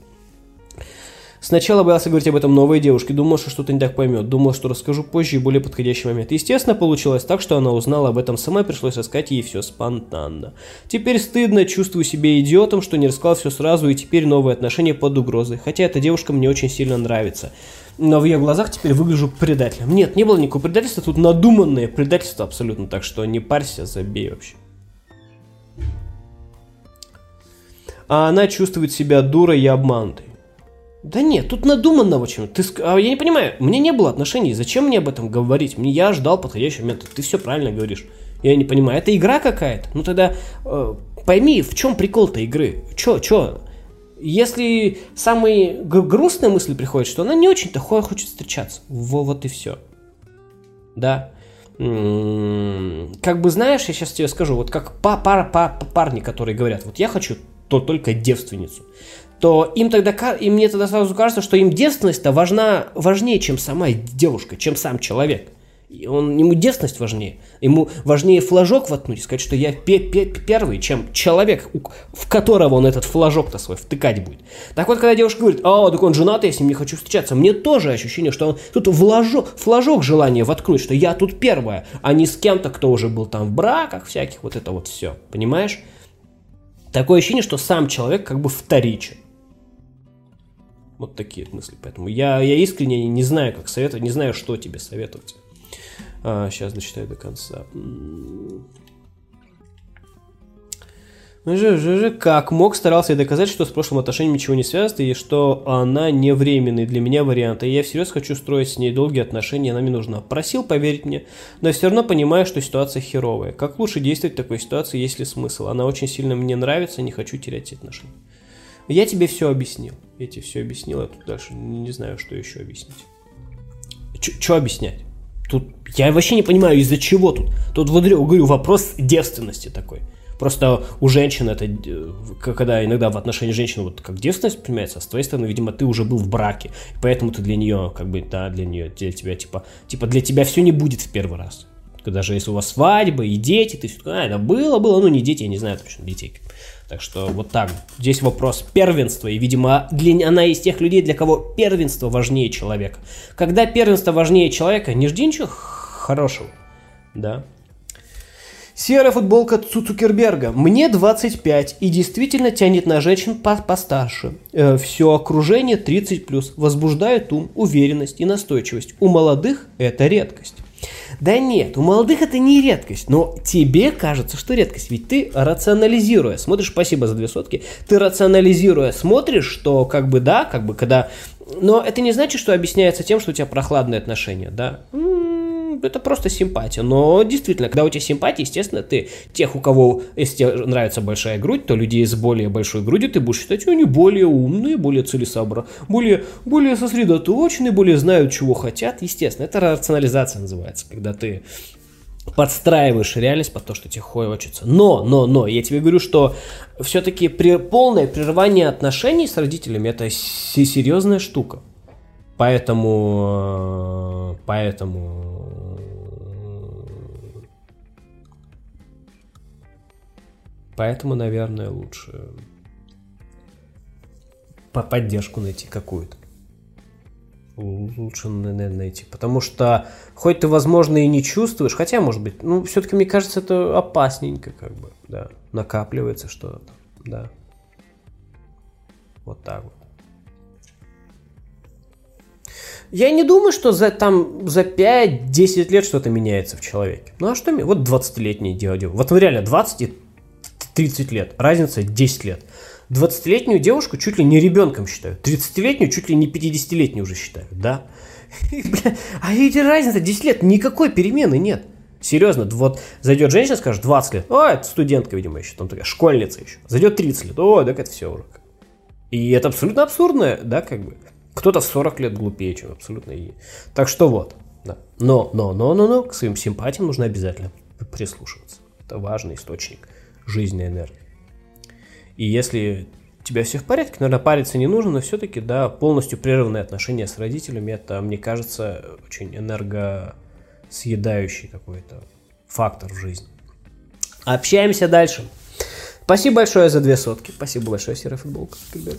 Сначала боялся говорить об этом новой девушке, думал, что что-то не так поймет, думал, что расскажу позже и более подходящий момент. Естественно, получилось так, что она узнала об этом сама, пришлось рассказать ей все спонтанно. Теперь стыдно, чувствую себя идиотом, что не рассказал все сразу, и теперь новые отношения под угрозой. Хотя эта девушка мне очень сильно нравится. Но в ее глазах теперь выгляжу предателем. Нет, не было никакого предательства, тут надуманное предательство абсолютно, так что не парься, забей вообще. а она чувствует себя дурой и обманутой. Да нет, тут надуманного чего-то. Ты, я не понимаю, у меня не было отношений, зачем мне об этом говорить? Мне, я ждал подходящего момента, ты все правильно говоришь. Я не понимаю, это игра какая-то? Ну тогда э, пойми, в чем прикол-то игры? Чё, чё? Если самые г- грустные мысли приходят, что она не очень-то хочет встречаться. Во, вот и все. Да. М-м- как бы знаешь, я сейчас тебе скажу, вот как па- пара, па- парни, которые говорят, вот я хочу то только девственницу, то им тогда, и мне тогда сразу кажется, что им девственность-то важна, важнее, чем сама девушка, чем сам человек. Он, ему девственность важнее. Ему важнее флажок воткнуть и сказать, что я пе- пе- первый, чем человек, в которого он этот флажок-то свой втыкать будет. Так вот, когда девушка говорит, а, так он женатый, я с ним не хочу встречаться, мне тоже ощущение, что он тут флажок, флажок желания воткнуть, что я тут первая, а не с кем-то, кто уже был там в браках всяких, вот это вот все. Понимаешь? Такое ощущение, что сам человек как бы вторичен. Вот такие мысли. Поэтому я, я искренне не знаю, как советовать, не знаю, что тебе советовать. А, сейчас дочитаю до конца. Как мог, старался я доказать, что с прошлым отношением ничего не связано, и что она не временный для меня вариант, и я всерьез хочу строить с ней долгие отношения, она мне нужна. Просил поверить мне, но все равно понимаю, что ситуация херовая. Как лучше действовать в такой ситуации, есть ли смысл? Она очень сильно мне нравится, не хочу терять эти отношения. Я тебе все объяснил. Я тебе все объяснил, я тут дальше не знаю, что еще объяснить. Что объяснять? Тут я вообще не понимаю, из-за чего тут. Тут, говорю, вопрос девственности такой. Просто у женщин это, когда иногда в отношении женщины вот как девственность принимается, а с твоей стороны, видимо, ты уже был в браке, поэтому ты для нее, как бы, да, для нее, для тебя, типа, типа для тебя все не будет в первый раз. Даже если у вас свадьба и дети, ты все такой, а, это было, было, ну не дети, я не знаю точно, детей. Так что вот так. Здесь вопрос первенства, и, видимо, для, она из тех людей, для кого первенство важнее человека. Когда первенство важнее человека, не жди ничего хорошего, да. Серая футболка Цукерберга. Мне двадцать пять и действительно тянет на женщин постарше. Э, все окружение тридцать плюс. Возбуждает ум, уверенность и настойчивость. У молодых это редкость. Да нет, у молодых это не редкость, но тебе кажется, что редкость, ведь ты рационализируя, смотришь, спасибо за две сотки, ты рационализируя смотришь, что как бы да, как бы когда, но это не значит, что объясняется тем, что у тебя прохладные отношения, да, это просто симпатия, но действительно, когда у тебя симпатия, естественно, ты тех, у кого, если тебе нравится большая грудь, то людей с более большой грудью ты будешь считать, они более умные, более целесообразные, более, более сосредоточенные, более знают, чего хотят, естественно, это рационализация называется, когда ты подстраиваешь реальность под то, что тебе хочется. Но, но, но, я тебе говорю, что все-таки при, полное прерывание отношений с родителями это серьезная штука. Поэтому, поэтому, поэтому, наверное, лучше по поддержку найти какую-то. Лучше найти, потому что хоть ты, возможно, и не чувствуешь, хотя, может быть, ну, все-таки, мне кажется, это опасненько, как бы, да, накапливается что-то, да, вот так вот. Я не думаю, что за, там, за пять-десять лет что-то меняется в человеке. Ну, а что, вот двадцатилетний дядя, вот реально двадцать и тридцать лет, разница десять лет. двадцатилетнюю девушку чуть ли не ребенком считают. тридцатилетнюю чуть ли не пятидесятилетнюю уже считают, да? А эти разница десять лет, никакой перемены нет. Серьезно, вот зайдет женщина, скажет двадцать лет, о, это студентка, видимо, еще, там такая школьница еще. Зайдет тридцать лет, о, так это все уже. И это абсолютно абсурдно, да, как бы. Кто-то в сорок лет глупее, чем абсолютно и... Так что вот, да. Но, но, но, но, но, к своим симпатиям нужно обязательно прислушиваться. Это важный источник жизненной энергии. И если у тебя все в порядке, наверное, париться не нужно, но все-таки, да, полностью прерванные отношения с родителями, это, мне кажется, очень энергосъедающий какой-то фактор в жизни. Общаемся дальше. Спасибо большое за две сотки. Спасибо большое, серая футболка.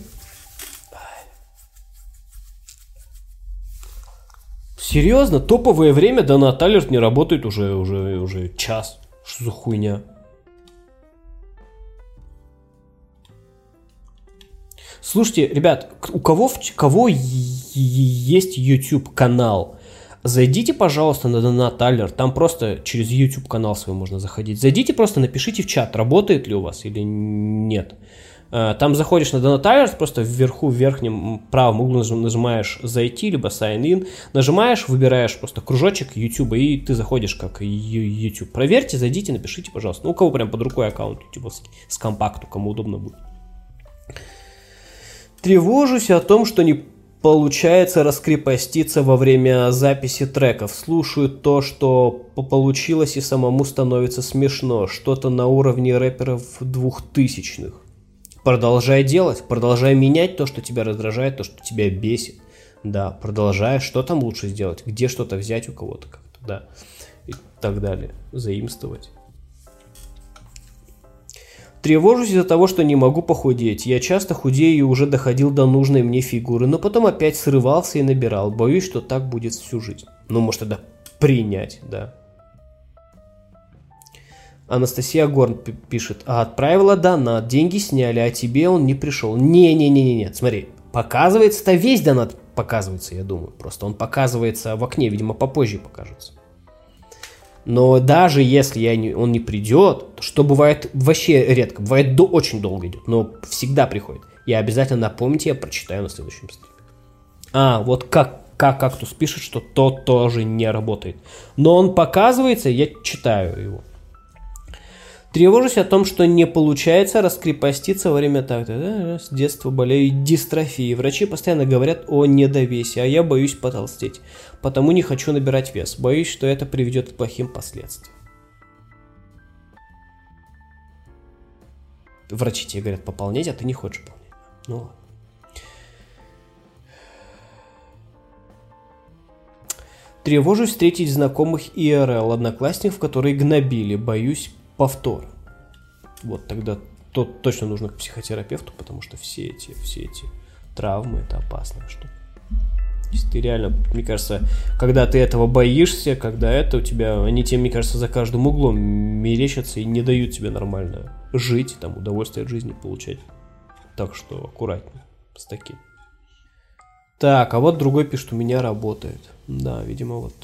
Серьезно, топовое время Donut Alert не работает уже, уже, уже час. Что за хуйня? Слушайте, ребят, у кого, кого есть YouTube канал, зайдите, пожалуйста, на Donut Alert, там просто через YouTube канал свой можно заходить. Зайдите, просто напишите в чат, работает ли у вас или нет. Там заходишь на Donut Alerts, просто вверху, в верхнем правом углу нажимаешь «Зайти», либо «Sign in», нажимаешь, выбираешь просто кружочек YouTube, и ты заходишь как YouTube. Проверьте, зайдите, напишите, пожалуйста. Ну, у кого прям под рукой аккаунт ютубовский, с компакту, кому удобно будет. Тревожусь о том, что не получается раскрепоститься во время записи треков. Слушаю то, что получилось, и самому становится смешно. Что-то на уровне рэперов двухтысячных. Продолжай делать, продолжай менять то, что тебя раздражает, то, что тебя бесит. Да, продолжай, что там лучше сделать, где что-то взять у кого-то как-то, да, и так далее, заимствовать. Тревожусь из-за того, что не могу похудеть. Я часто худею и уже доходил до нужной мне фигуры, но потом опять срывался и набирал. Боюсь, что так будет всю жизнь. Ну, может, тогда принять, да. Анастасия Горн пишет: а отправила донат, деньги сняли, а тебе он не пришел. Не-не-не-не, смотри, показывается-то весь донат показывается, я думаю. Просто он показывается в окне, видимо, попозже покажется. Но даже если я не, он не придет, то что бывает вообще редко, бывает до, очень долго идет, но всегда приходит. Я обязательно напомните, я прочитаю на следующем стриме. А, вот как, как Кактус пишет, что то тоже не работает. Но он показывается, я читаю его. Тревожусь о том, что не получается раскрепоститься во время такта. Да, с детства болею дистрофией. Врачи постоянно говорят о недовесе, а я боюсь потолстеть. Потому не хочу набирать вес. Боюсь, что это приведет к плохим последствиям. Врачи тебе говорят пополнять, а ты не хочешь пополнять. Ну ладно. Тревожусь встретить знакомых И Р Л, одноклассников, которые гнобили. Боюсь повтор. Вот тогда то, точно нужно к психотерапевту, потому что все эти, все эти травмы — это опасная штука. Если ты реально, мне кажется, когда ты этого боишься, когда это у тебя, они тебе, мне кажется, за каждым углом мерещатся и не дают тебе нормально жить, там, удовольствие от жизни получать. Так что аккуратнее с таким. Так, а вот другой пишет: у меня работает. Да, видимо, вот.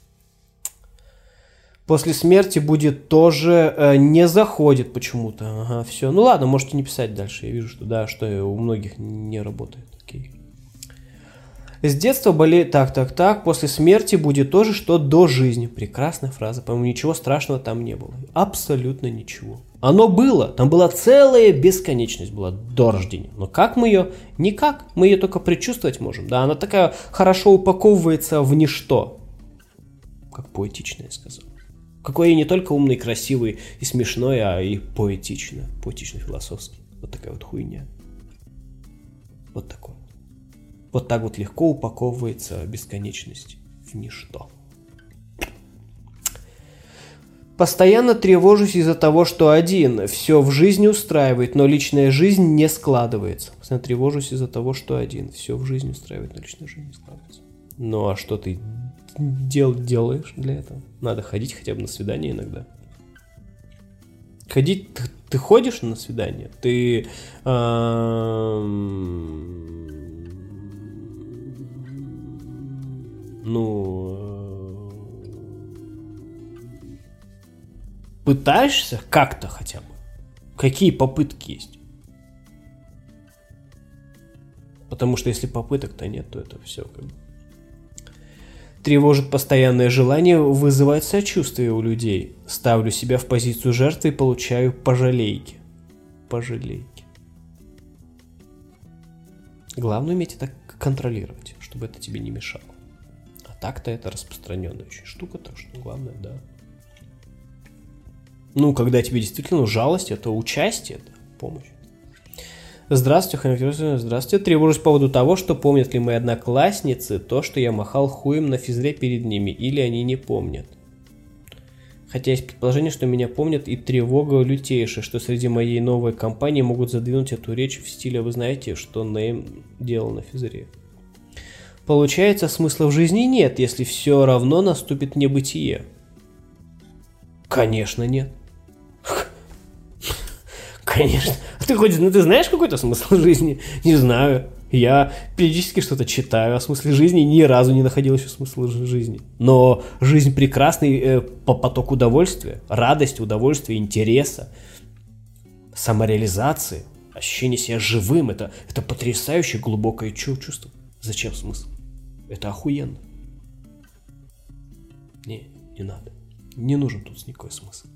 После смерти будет тоже э, не заходит почему-то. Ага, все. Ну ладно, можете не писать дальше. Я вижу, что да, что у многих не работает. Окей. С детства болеет... Так, так, так. После смерти будет то же, что до жизни. Прекрасная фраза. По-моему, ничего страшного там не было. Абсолютно ничего. Оно было. Там была целая бесконечность была до рождения. Но как мы ее? Никак. Мы ее только предчувствовать можем. Да, она такая хорошо упаковывается в ничто. Как поэтично я сказал. Какой я не только умный, красивый и смешной, а и поэтично. Поэтично-философский. Вот такая вот хуйня. Вот такой. Вот так вот легко упаковывается бесконечность в ничто. Постоянно тревожусь из-за того, что один. Все в жизни устраивает, но личная жизнь не складывается. Постоянно тревожусь из-за того, что один. Все в жизни устраивает, но личная жизнь не складывается. Ну а что ты дел- делаешь для этого? Надо ходить хотя бы на свидание иногда. Ходить... Ты, ты ходишь на свидание? Ты... Ну... Пытаешься как-то хотя бы? Какие попытки есть? Потому что если попыток-то нет, то это все как бы... Тревожит постоянное желание вызывать сочувствие у людей. Ставлю себя в позицию жертвы и получаю пожалейки. Пожалейки. Главное уметь это контролировать, чтобы это тебе не мешало. А так-то это распространенная очень штука, так что главное, да. Ну, когда тебе действительно жалость, это участие, это помощь. Здравствуйте, Ханна. Здравствуйте. Тревожусь по поводу того, что помнят ли мои одноклассницы то, что я махал хуем на физре перед ними, или они не помнят. Хотя есть предположение, что меня помнят, и тревога лютейшая, что среди моей новой компании могут задвинуть эту речь в стиле «Вы знаете, что Нейм делал на физре». Получается, смысла в жизни нет, если все равно наступит небытие. Конечно, нет. Конечно. А ты хоть, ну, ты знаешь какой-то смысл жизни? Не знаю. Я периодически что-то читаю о смысле жизни, ни разу не находил еще смысла жизни. Но жизнь прекрасный э, поток удовольствия, радости, удовольствия, интереса, самореализации. Ощущение себя живым, это, это потрясающее глубокое чувство. Зачем смысл? Это охуенно. Не, не надо. Не нужен тут никакой смысл.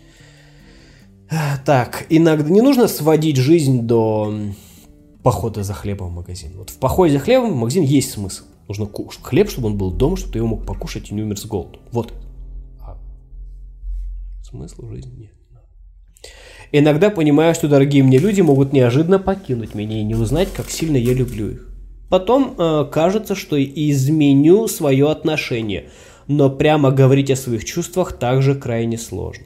Так, иногда не нужно сводить жизнь до похода за хлебом в магазин. Вот в походе за хлебом в магазин есть смысл. Нужно хлеб, чтобы он был дома, чтобы ты его мог покушать и не умер с голоду. Вот. А смысла в жизни нет. Иногда понимаю, что дорогие мне люди могут неожиданно покинуть меня и не узнать, как сильно я люблю их. Потом э, кажется, что изменю свое отношение, но прямо говорить о своих чувствах также крайне сложно.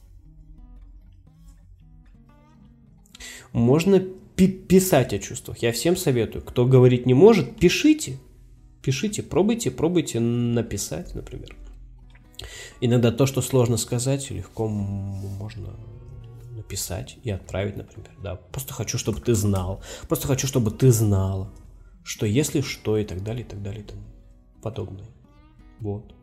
Можно пи- писать о чувствах. Я всем советую. Кто говорить не может, пишите. Пишите, пробуйте, пробуйте написать, например. Иногда то, что сложно сказать, легко можно написать и отправить, например. Да, просто хочу, чтобы ты знал. Просто хочу, чтобы ты знала, что если что, и так далее, и так далее, и тому подобное. Вот.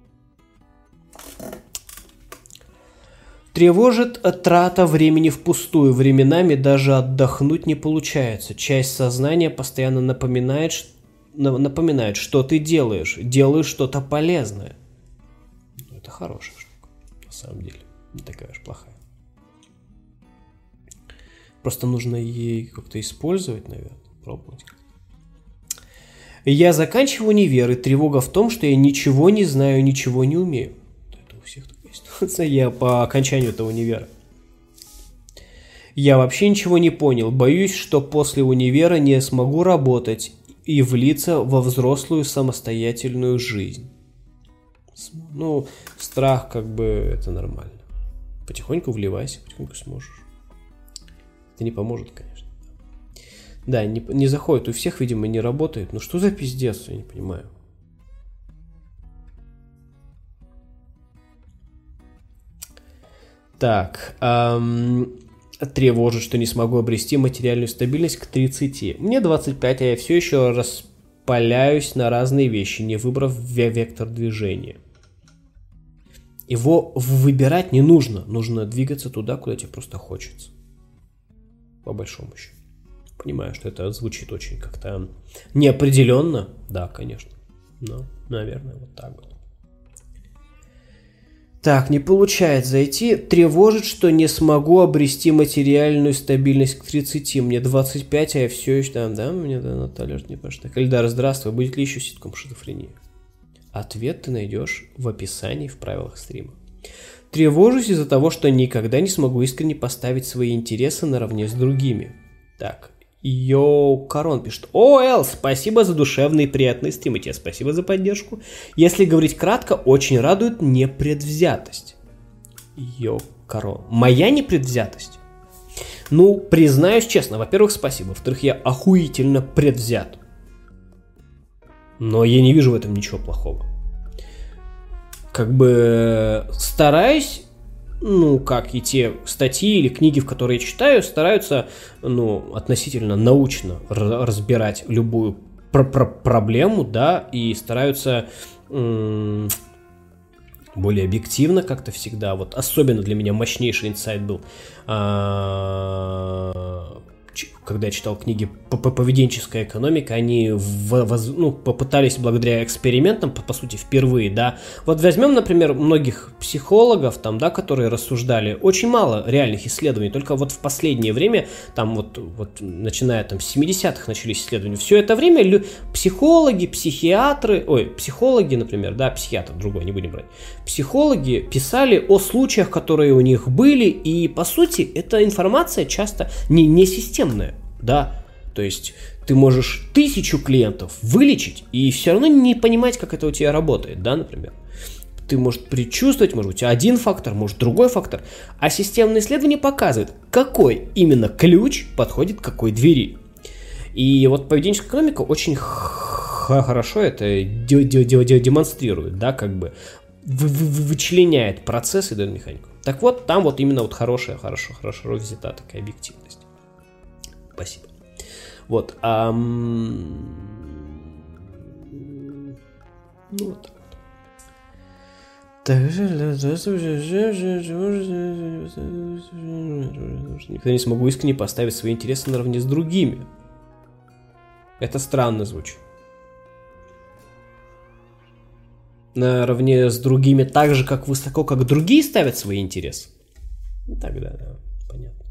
Тревожит трата времени впустую. Временами даже отдохнуть не получается. Часть сознания постоянно напоминает, напоминает, что ты делаешь. Делаешь что-то полезное. Это хорошая штука, на самом деле. Не такая уж плохая. Просто нужно ей как-то использовать, наверное. Пробовать. Я заканчиваю универ, и тревога в том, что я ничего не знаю, ничего не умею. Это у всех такая ситуация. Я по окончанию этого универа. Я вообще ничего не понял. Боюсь, что после универа не смогу работать и влиться во взрослую самостоятельную жизнь. Ну, страх, как бы, это нормально. Потихоньку вливайся, потихоньку сможешь. Это не поможет, конечно. Да, не, не заходит. У всех, видимо, не работает. Ну что за пиздец, я не понимаю. Так. Эм, тревожит, что не смогу обрести материальную стабильность к тридцати. Мне двадцать пять, а я все еще распаляюсь на разные вещи, не выбрав вектор движения. Его выбирать не нужно. Нужно двигаться туда, куда тебе просто хочется. По большому счету. Понимаю, что это звучит очень как-то неопределенно. Да, конечно. Но, наверное, вот так вот. Так, не получается зайти. Тревожит, что не смогу обрести материальную стабильность к тридцати. Мне двадцать пять, а я все еще там, да? Мне да, Наталья не пошла. Эльдар, здравствуй. Будет ли еще ситком шизофрения? Ответ ты найдешь в описании в правилах стрима. Тревожусь из-за того, что никогда не смогу искренне поставить свои интересы наравне с другими. Так, Йоу Корон пишет: О, Эл, спасибо за душевные и приятные стримы, тебе спасибо за поддержку. Если говорить кратко, очень радует непредвзятость. Йоу Корон. Моя непредвзятость? Ну, признаюсь честно, во-первых, спасибо. Во-вторых, я охуительно предвзят. Но я не вижу в этом ничего плохого. Как бы стараюсь, ну, как и те статьи или книги, в которые я читаю, стараются, ну, относительно научно разбирать любую пр- пр- проблему, да, и стараются м- более объективно как-то всегда. Вот особенно для меня мощнейший инсайт был, а- когда я читал книги по поведенческая экономика, они в, воз, ну, попытались благодаря экспериментам, по, по сути, впервые, да. Вот возьмем, например, многих психологов, там, да, которые рассуждали, очень мало реальных исследований, только вот в последнее время, там вот, вот начиная там с семидесятых начались исследования, все это время лю- психологи, психиатры, ой, психологи, например, да, психиатр, другой не будем брать, психологи писали о случаях, которые у них были, и, по сути, эта информация часто не, не системная. Да, то есть ты можешь тысячу клиентов вылечить и все равно не понимать, как это у тебя работает, да, например. Ты, может, предчувствовать, может, у тебя один фактор, может, другой фактор, а системное исследование показывает, какой именно ключ подходит к какой двери. И вот поведенческая экономика очень х- хорошо это де- де- де- демонстрирует, да, как бы вы- вы- вычленяет процессы и дает механику. Так вот, там вот именно вот хорошая, хорошо, хорошо взята такая объективность. Спасибо. Вот. Ам... Ну, вот так вот. Никогда не смогу искренне поставить свои интересы наравне с другими. Это странно звучит. Наравне с другими так же, как высоко, как другие ставят свои интересы. Тогда, да, понятно.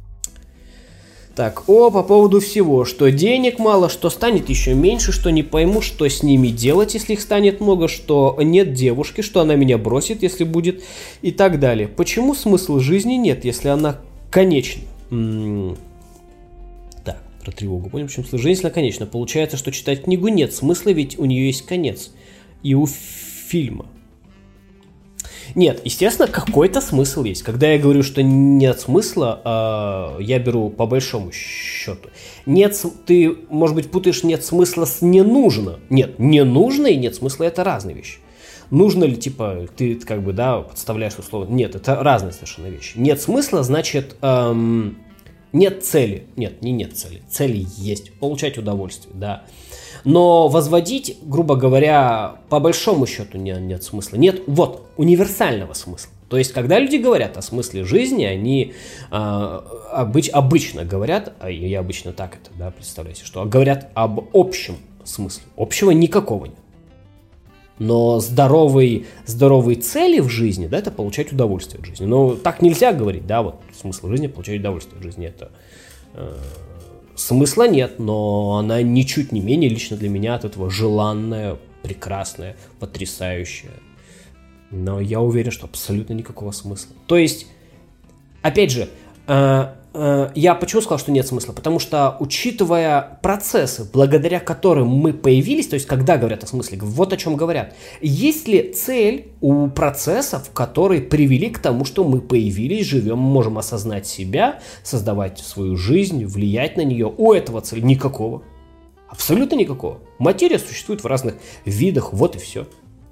Так, о, по поводу всего, что денег мало, что станет еще меньше, что не пойму, что с ними делать, если их станет много, что нет девушки, что она меня бросит, если будет, и так далее. Почему смысла жизни нет, если она конечна? М-м- так, про тревогу. Понял, почему смысл жизни, если она конечна? Получается, что читать книгу нет смысла, ведь у нее есть конец. И у фильма. Нет, естественно, какой-то смысл есть. Когда я говорю, что нет смысла, э, я беру по большому счету. Нет, ты, может быть, путаешь нет смысла с не нужно. Нет, не нужно и нет смысла — это разные вещи. Нужно ли, типа, ты как бы, да, подставляешь условно? Нет, это разные совершенно вещи. Нет смысла, значит, эм, нет цели. Нет, не нет цели. Цели есть. Получать удовольствие, да. Но возводить, грубо говоря, по большому счету нет, нет смысла. Нет, вот, универсального смысла. То есть, когда люди говорят о смысле жизни, они э, обыч, обычно говорят, а я обычно так это, да, представляете, что говорят об общем смысле. Общего никакого нет. Но здоровые, здоровые цели в жизни, да, это получать удовольствие от жизни. Но так нельзя говорить, да, вот смысл жизни — получать удовольствие от жизни. Это... Э, Смысла нет, но она ничуть не менее лично для меня от этого желанная, прекрасная, потрясающая. Но я уверен, что абсолютно никакого смысла. То есть, опять же, э, э, я почему сказал, что нет смысла? Потому что, учитывая процессы, благодаря которым мы появились, то есть, когда говорят о смысле, вот о чем говорят. Есть ли цель у процессов, которые привели к тому, что мы появились, живем, можем осознать себя, создавать свою жизнь, влиять на нее? У этого цели никакого. Абсолютно никакого. Материя существует в разных видах, вот и все.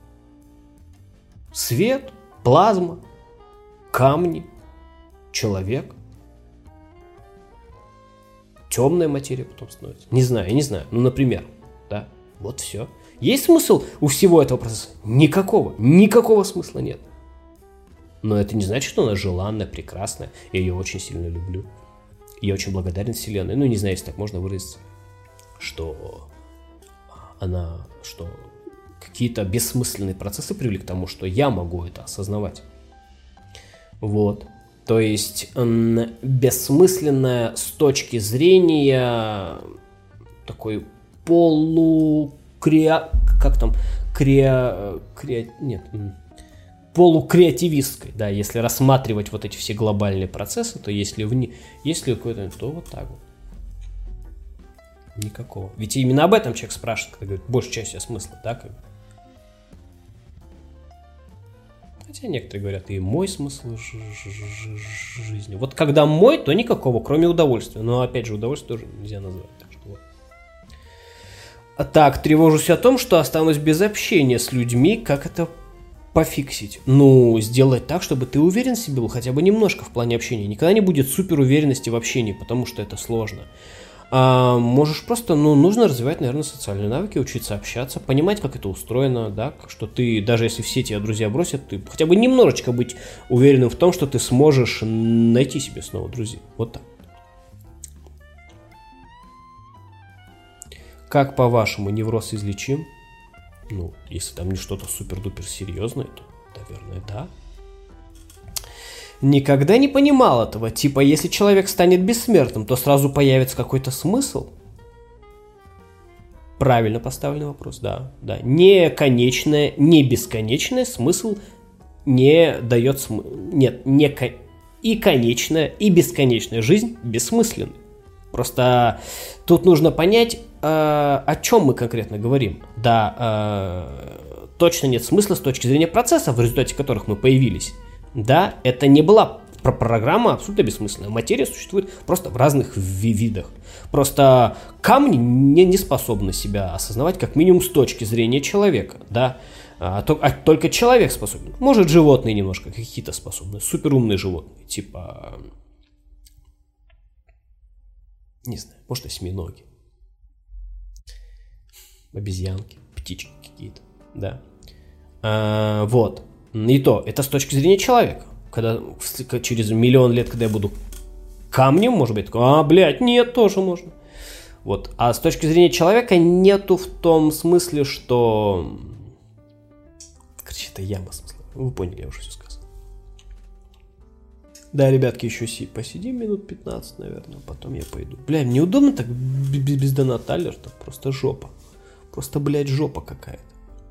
Свет, плазма, камни, человек. Темная материя потом становится. Не знаю, я не знаю. Ну, например, да, вот все. Есть смысл у всего этого процесса? Никакого. Никакого смысла нет. Но это не значит, что она желанная, прекрасная. Я ее очень сильно люблю. Я очень благодарен Вселенной. Ну, не знаю, если так можно выразиться, что она, что какие-то бессмысленные процессы привели к тому, что я могу это осознавать. Вот. То есть м- бессмысленная с точки зрения такой полукреа... Как там? Креа... Креа... Нет. Полукреативистской, да, если рассматривать вот эти все глобальные процессы, то если в не... если какой-то, то вот так вот. Никакого. Ведь именно об этом человек спрашивает, когда говорит, большая часть о смысла, да, как бы. Хотя некоторые говорят, и мой смысл жизни. Вот когда мой, то никакого, кроме удовольствия. Но опять же, удовольствие тоже нельзя назвать. Так, что вот. А так, тревожусь о том, что останусь без общения с людьми. Как это пофиксить? Ну, сделать так, чтобы ты уверен в себе был хотя бы немножко в плане общения. Никогда не будет супер уверенности в общении, потому что это сложно. А можешь просто, ну, нужно развивать, наверное, социальные навыки, учиться общаться, понимать, как это устроено, да, что ты, даже если все тебя друзья бросят, ты хотя бы немножечко быть уверенным в том, что ты сможешь найти себе снова друзей. Вот так. Как, по-вашему, невроз излечим? Ну, если там не что-то супер-дупер серьезное, то, наверное, да. Никогда не понимал этого. Типа, если человек станет бессмертным, то сразу появится какой-то смысл? Правильно поставленный вопрос, да. да. Не конечное, не бесконечное смысл не дает смысл. Нет, не кон... и конечная, и бесконечная жизнь бессмысленны. Просто тут нужно понять, э, о чем мы конкретно говорим. Да, э, точно нет смысла с точки зрения процессов, в результате которых мы появились. Да, это не была программа абсолютно бессмысленная. Материя существует просто в разных видах. Просто камни не, не способны себя осознавать, как минимум с точки зрения человека. Да? А, то, а только человек способен. Может, животные немножко какие-то способны. Суперумные животные. Типа, не знаю, может, осьминоги. Обезьянки, птички какие-то. Да. А, вот. И то, это с точки зрения человека. Когда через миллион лет, когда я буду камнем, может быть, а, блядь, нет, тоже можно. Вот. А с точки зрения человека нету в том смысле, что... Короче, это яма смысла. Вы поняли, я уже все сказал. Да, ребятки, еще си- посидим минут пятнадцать, наверное, потом я пойду. Бля, мне удобно так без, без доната алерта, просто жопа. Просто, блядь, жопа какая-то.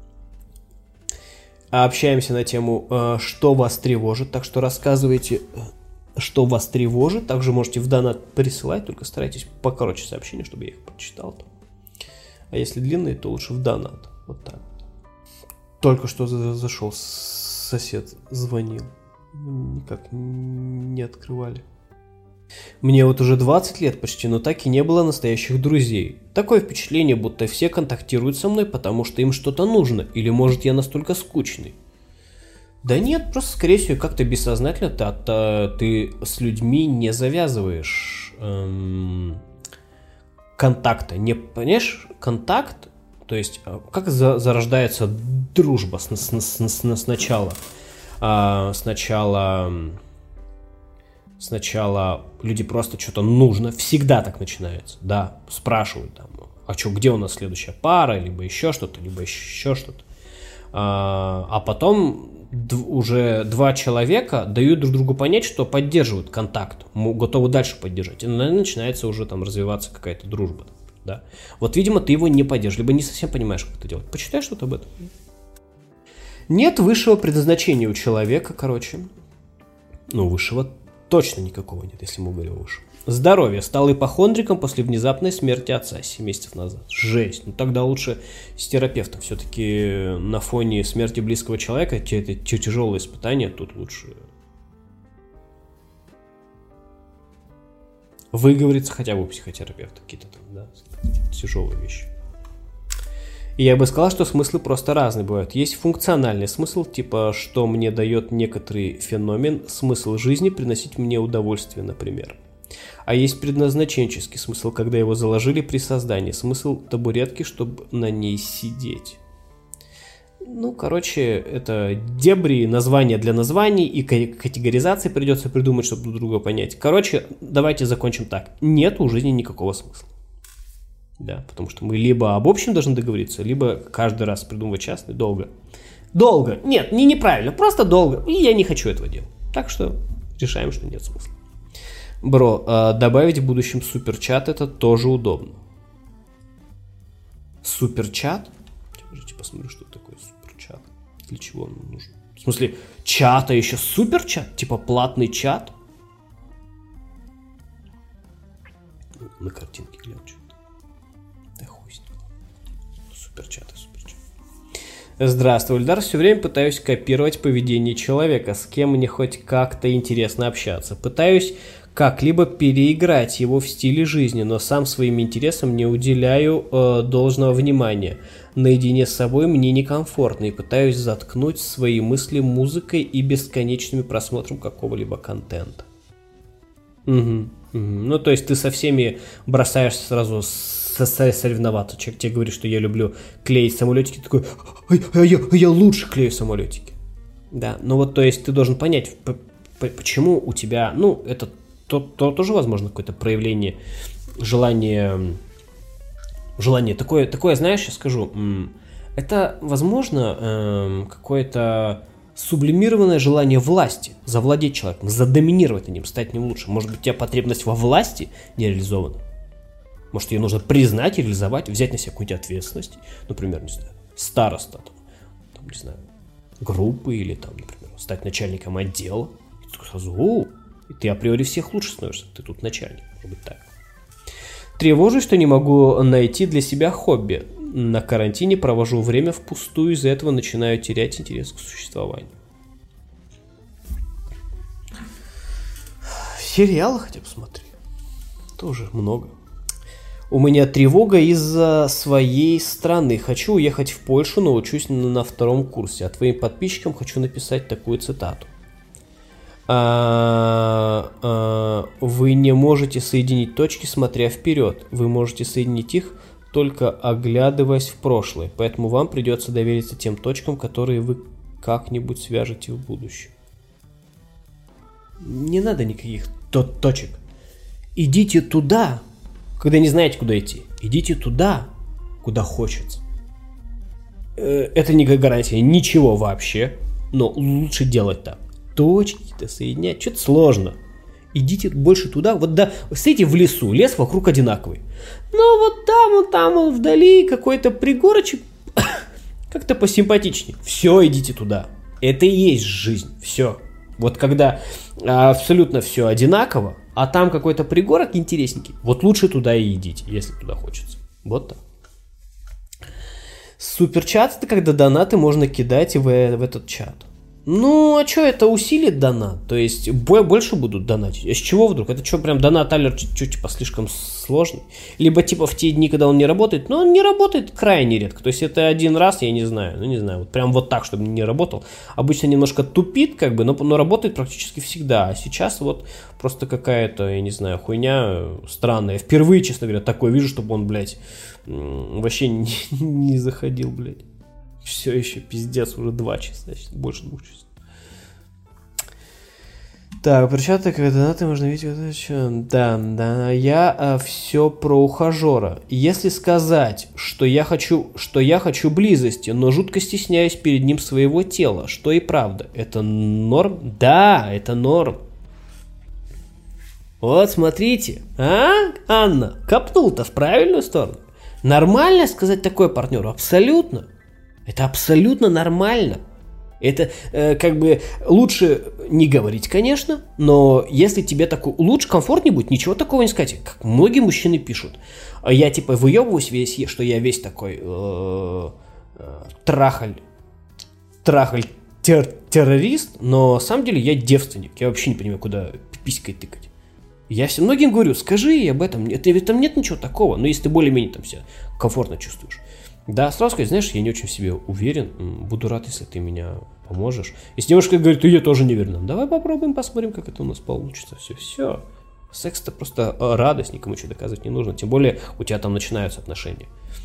А общаемся на тему, э, что вас тревожит, так что рассказывайте, что вас тревожит. Также можете в донат присылать, только старайтесь покороче сообщения, чтобы я их прочитал. А если длинные, то лучше в донат. Вот так. Только что за- зашел сосед, звонил. Никак не открывали. Мне вот уже двадцать лет почти, но так и не было настоящих друзей. Такое впечатление, будто все контактируют со мной, потому что им что-то нужно. Или может я настолько скучный. Да нет, просто скорее всего как-то бессознательно ты, ты, ты с людьми не завязываешь эм, контакта. Не, понимаешь, контакт, то есть как за, зарождается дружба с, с, с, с, сначала. А, сначала... Сначала люди просто что-то нужно, всегда так начинается, да, спрашивают там, а что, где у нас следующая пара, либо еще что-то, либо еще что-то. А, а потом д- уже два человека дают друг другу понять, что поддерживают контакт, готовы дальше поддержать. И начинается уже там развиваться какая-то дружба, да. Вот, видимо, ты его не поддерживаешь, либо не совсем понимаешь, как это делать. Почитай что-то об этом. Нет высшего предназначения у человека, короче. Ну, высшего точно никакого нет, если мы говорим выше. Здоровье. Стал ипохондриком после внезапной смерти отца семь месяцев назад. Жесть. Ну тогда лучше с терапевтом. Все-таки на фоне смерти близкого человека это тяжелое испытание. Тут лучше выговориться хотя бы у психотерапевта. Какие-то там, да, тяжелые вещи. И я бы сказал, что смыслы просто разные бывают. Есть функциональный смысл, типа, что мне дает некоторый феномен, смысл жизни приносить мне удовольствие, например. А есть предназначенческий смысл, когда его заложили при создании. Смысл табуретки, чтобы на ней сидеть. Ну, короче, это дебри, названия для названий и категоризации придется придумать, чтобы друг друга понять. Короче, давайте закончим так. Нет у жизни никакого смысла. Да, потому что мы либо об общем должны договориться, либо каждый раз придумывать частный долго. Долго. Нет, не неправильно, просто долго. И я не хочу этого делать. Так что решаем, что нет смысла. Бро, э, добавить в будущем суперчат это тоже удобно. Суперчат? Подождите, посмотрю, что такое суперчат. Для чего он нужен? В смысле, чата еще суперчат? Типа платный чат? На картинке гляну. Суперчаты, суперчаты. Здравствуй, Ильдар. Все время пытаюсь копировать поведение человека, с кем мне хоть как-то интересно общаться. Пытаюсь как-либо переиграть его в стиле жизни, но сам своим интересам не уделяю э, должного внимания. Наедине с собой мне некомфортно и пытаюсь заткнуть свои мысли музыкой и бесконечным просмотром какого-либо контента. Угу, угу. Ну, то есть ты со всеми бросаешься сразу с соревноваться. Человек тебе говорит, что я люблю клеить самолетики, ты такой, а я, а я лучше клею самолетики. Да, ну вот, то есть ты должен понять, почему у тебя, ну, это то, то, тоже, возможно, какое-то проявление желания, желание такое, такое, знаешь, я скажу, это, возможно, какое-то сублимированное желание власти, завладеть человеком, задоминировать над ним, стать ним лучше. Может быть, у тебя потребность во власти не реализована. Может, ее нужно признать и реализовать, взять на себя какую-нибудь ответственность. Например, не знаю, староста, там, там, не знаю, группы или, там, например, стать начальником отдела. И ты сразу, о, и ты априори всех лучше становишься, ты тут начальник, может быть так. Тревожусь, что не могу найти для себя хобби. На карантине провожу время впустую, из-за этого начинаю терять интерес к существованию. Сериалы хотя бы смотри. Тоже много. У меня тревога из-за своей страны. Хочу уехать в Польшу, но учусь на втором курсе. А твоим подписчикам хочу написать такую цитату. А, а, вы не можете соединить точки, смотря вперед. Вы можете соединить их, только оглядываясь в прошлое. Поэтому вам придется довериться тем точкам, которые вы как-нибудь свяжете в будущем. Не надо никаких точек. Идите туда, когда не знаете, куда идти. Идите туда, куда хочется. Это не гарантия ничего вообще, но лучше делать так. Точки-то соединять, что-то сложно. Идите больше туда, вот да, смотрите в лесу, лес вокруг одинаковый. Но вот там, вот там, вот вдали какой-то пригорочек, как-то посимпатичнее. Все, идите туда. Это и есть жизнь, все. Вот когда абсолютно все одинаково, а там какой-то пригорок интересненький, вот лучше туда и идите, если туда хочется. Вот так. Суперчат — это когда донаты можно кидать в, в этот чат. Ну, а что, это усилит донат? То есть больше будут донатить. А с чего вдруг? Это что, прям донат-алерт чуть-чуть типа слишком сложный? Либо типа в те дни, когда он не работает, но он не работает крайне редко. То есть это один раз, я не знаю, ну не знаю, вот прям вот так, чтобы не работал. Обычно немножко тупит, как бы, но, но работает практически всегда. А сейчас вот просто какая-то, я не знаю, хуйня странная. Я впервые, честно говоря, такое вижу, чтобы он, блядь, вообще не, не заходил, блядь. Все еще пиздец, уже два часа, больше двух часов. Так, перчаток, когда донаты можно видеть. Вот что. Да, да, я а, все про ухажера. Если сказать, что я хочу, что я хочу близости, но жутко стесняюсь перед ним своего тела, что и правда, это норм? Да, это норм. Вот смотрите, а, Анна, копнул-то в правильную сторону. Нормально сказать такое партнеру? Абсолютно. Это абсолютно нормально. Это э, как бы лучше не говорить, конечно, но если тебе такой лучше, комфортнее будет, ничего такого не сказать. Как многие мужчины пишут. Я типа выебываюсь весь, что я весь такой э, э, трахаль, трахаль тер, террорист, но на самом деле я девственник. Я вообще не понимаю, куда писькой тыкать. Я всем многим говорю, скажи об этом, это, там нет ничего такого, но если ты более-менее там себя комфортно чувствуешь. Да, сразу сказать, знаешь, я не очень в себе уверен, буду рад, если ты меня поможешь. Если девушка говорит, ты я тоже не уверен, давай попробуем, посмотрим, как это у нас получится. Все, все. Секс — это просто радость, никому ничего доказывать не нужно, тем более у тебя там начинаются отношения.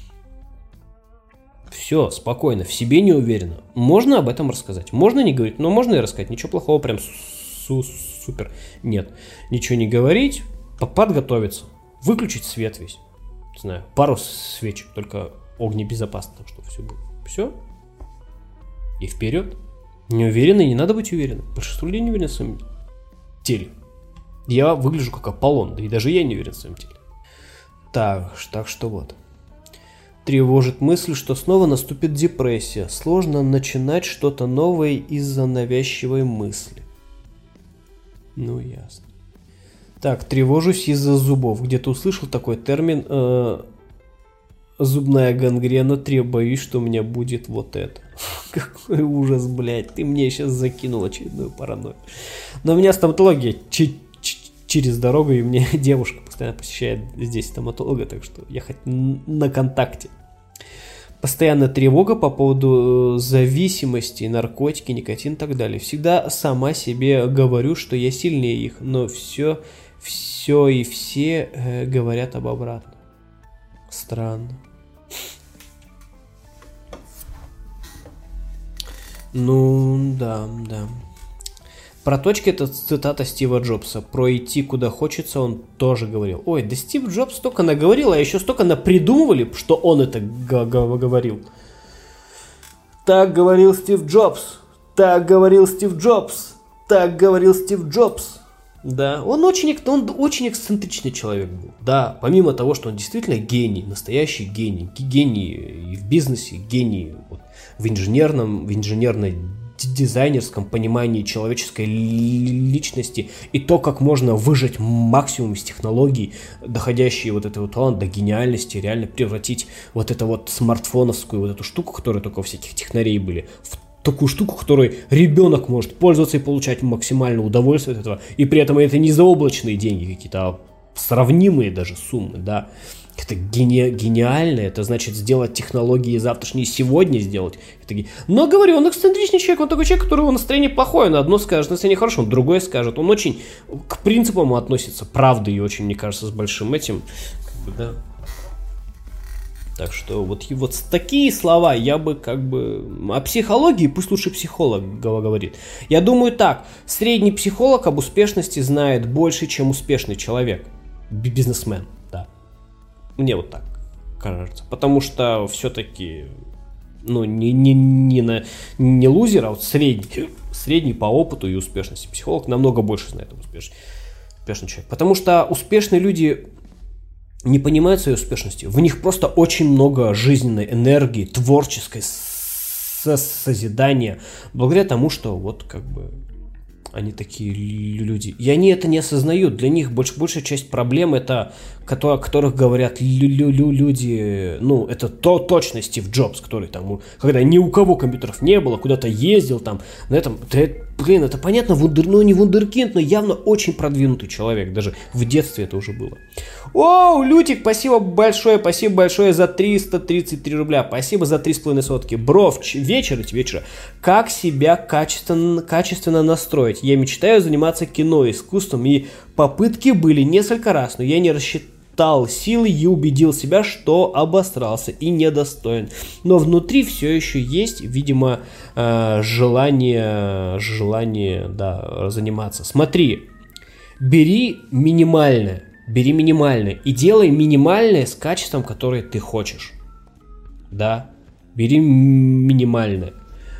Все, спокойно, в себе не уверена. Можно об этом рассказать, можно не говорить, но можно и рассказать, ничего плохого, прям супер. Нет, ничего не говорить, подготовиться, выключить свет весь, не знаю, пару свечек, только огнебезопасно, чтобы все было. Все. И вперед. Не уверенный, не надо быть уверенным. Большинство людей не уверены в своем теле. Я выгляжу как Аполлон, да и даже я не уверен в своем теле. Так, так что вот. Тревожит мысль, что снова наступит депрессия. Сложно начинать что-то новое из-за навязчивой мысли. Ну, ясно. Так, тревожусь из-за зубов. Где-то услышал такой термин... Э- Зубная гангрена, боюсь, что у меня будет вот это. Какой ужас, блядь. Ты мне сейчас закинул очередную паранойю. Но у меня стоматология ч- ч- через дорогу, и мне девушка постоянно посещает здесь стоматолога, так что я хоть на контакте. Постоянная тревога по поводу зависимости, наркотики, никотин и так далее. Всегда сама себе говорю, что я сильнее их, но все, все и все э, говорят об обратном. Странно. Ну, да, да. Про точки это цитата Стива Джобса. Про идти куда хочется он тоже говорил. Ой, да Стив Джобс столько наговорил, а еще столько напридумывали, что он это г- г- говорил. Так говорил Стив Джобс. Так говорил Стив Джобс. Так говорил Стив Джобс. Да, он очень, он очень эксцентричный человек был. Да, помимо того, что он действительно гений, настоящий гений. Гений и в бизнесе, гений вот, в инженерном, в инженерно-дизайнерском понимании человеческой личности. И то, как можно выжать максимум из технологий, доходящие вот этого таланта до гениальности, реально превратить вот эту вот смартфоновскую вот эту штуку, которая только у всяких технарей были, в такую штуку, которой ребенок может пользоваться и получать максимальное удовольствие от этого, и при этом это не заоблачные деньги какие-то, а сравнимые даже суммы, да. Это гени- гениально, это значит сделать технологии завтрашние сегодня сделать. Это ге... Но говорю, он эксцентричный человек, он такой человек, у которого настроение плохое, он одно скажет, настроение хорошее, он другое скажет. Он очень к принципам относится, правда, и очень, мне кажется, с большим этим, как бы, да. Так что вот, вот такие слова я бы как бы... О психологии пусть лучше психолог говорит. Я думаю так, средний психолог об успешности знает больше, чем успешный человек. Бизнесмен, да. Мне вот так кажется. Потому что все-таки, ну, не, не, не, на, не лузер, а вот средний, средний по опыту и успешности психолог намного больше знает об успешности. Успешный человек. Потому что успешные люди не понимают своей успешности. В них просто очень много жизненной энергии, творческой, созидания. Благодаря тому, что вот как бы они такие люди. И они это не осознают. Для них больш, большая часть проблем это, о которых говорят люди, ну, это то точно Стив Джобс, который там, когда ни у кого компьютеров не было, куда-то ездил там, на этом, да, блин, это понятно, вундер, ну не вундеркинд, но явно очень продвинутый человек, даже в детстве это уже было. Оу, Лютик, спасибо большое, спасибо большое за триста тридцать три рубля, спасибо за три с половиной сотки. Бро, вечер эти вечера, как себя качественно, качественно настроить? Я мечтаю заниматься кино, искусством, и попытки были несколько раз, но я не рассчитал силы и убедил себя, что обосрался и недостоин. Но внутри все еще есть, видимо, желание, желание, да, заниматься. Смотри, бери минимальное, бери минимальное и делай минимальное с качеством, которое ты хочешь. Да, бери минимальное.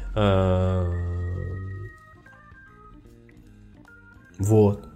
Вот.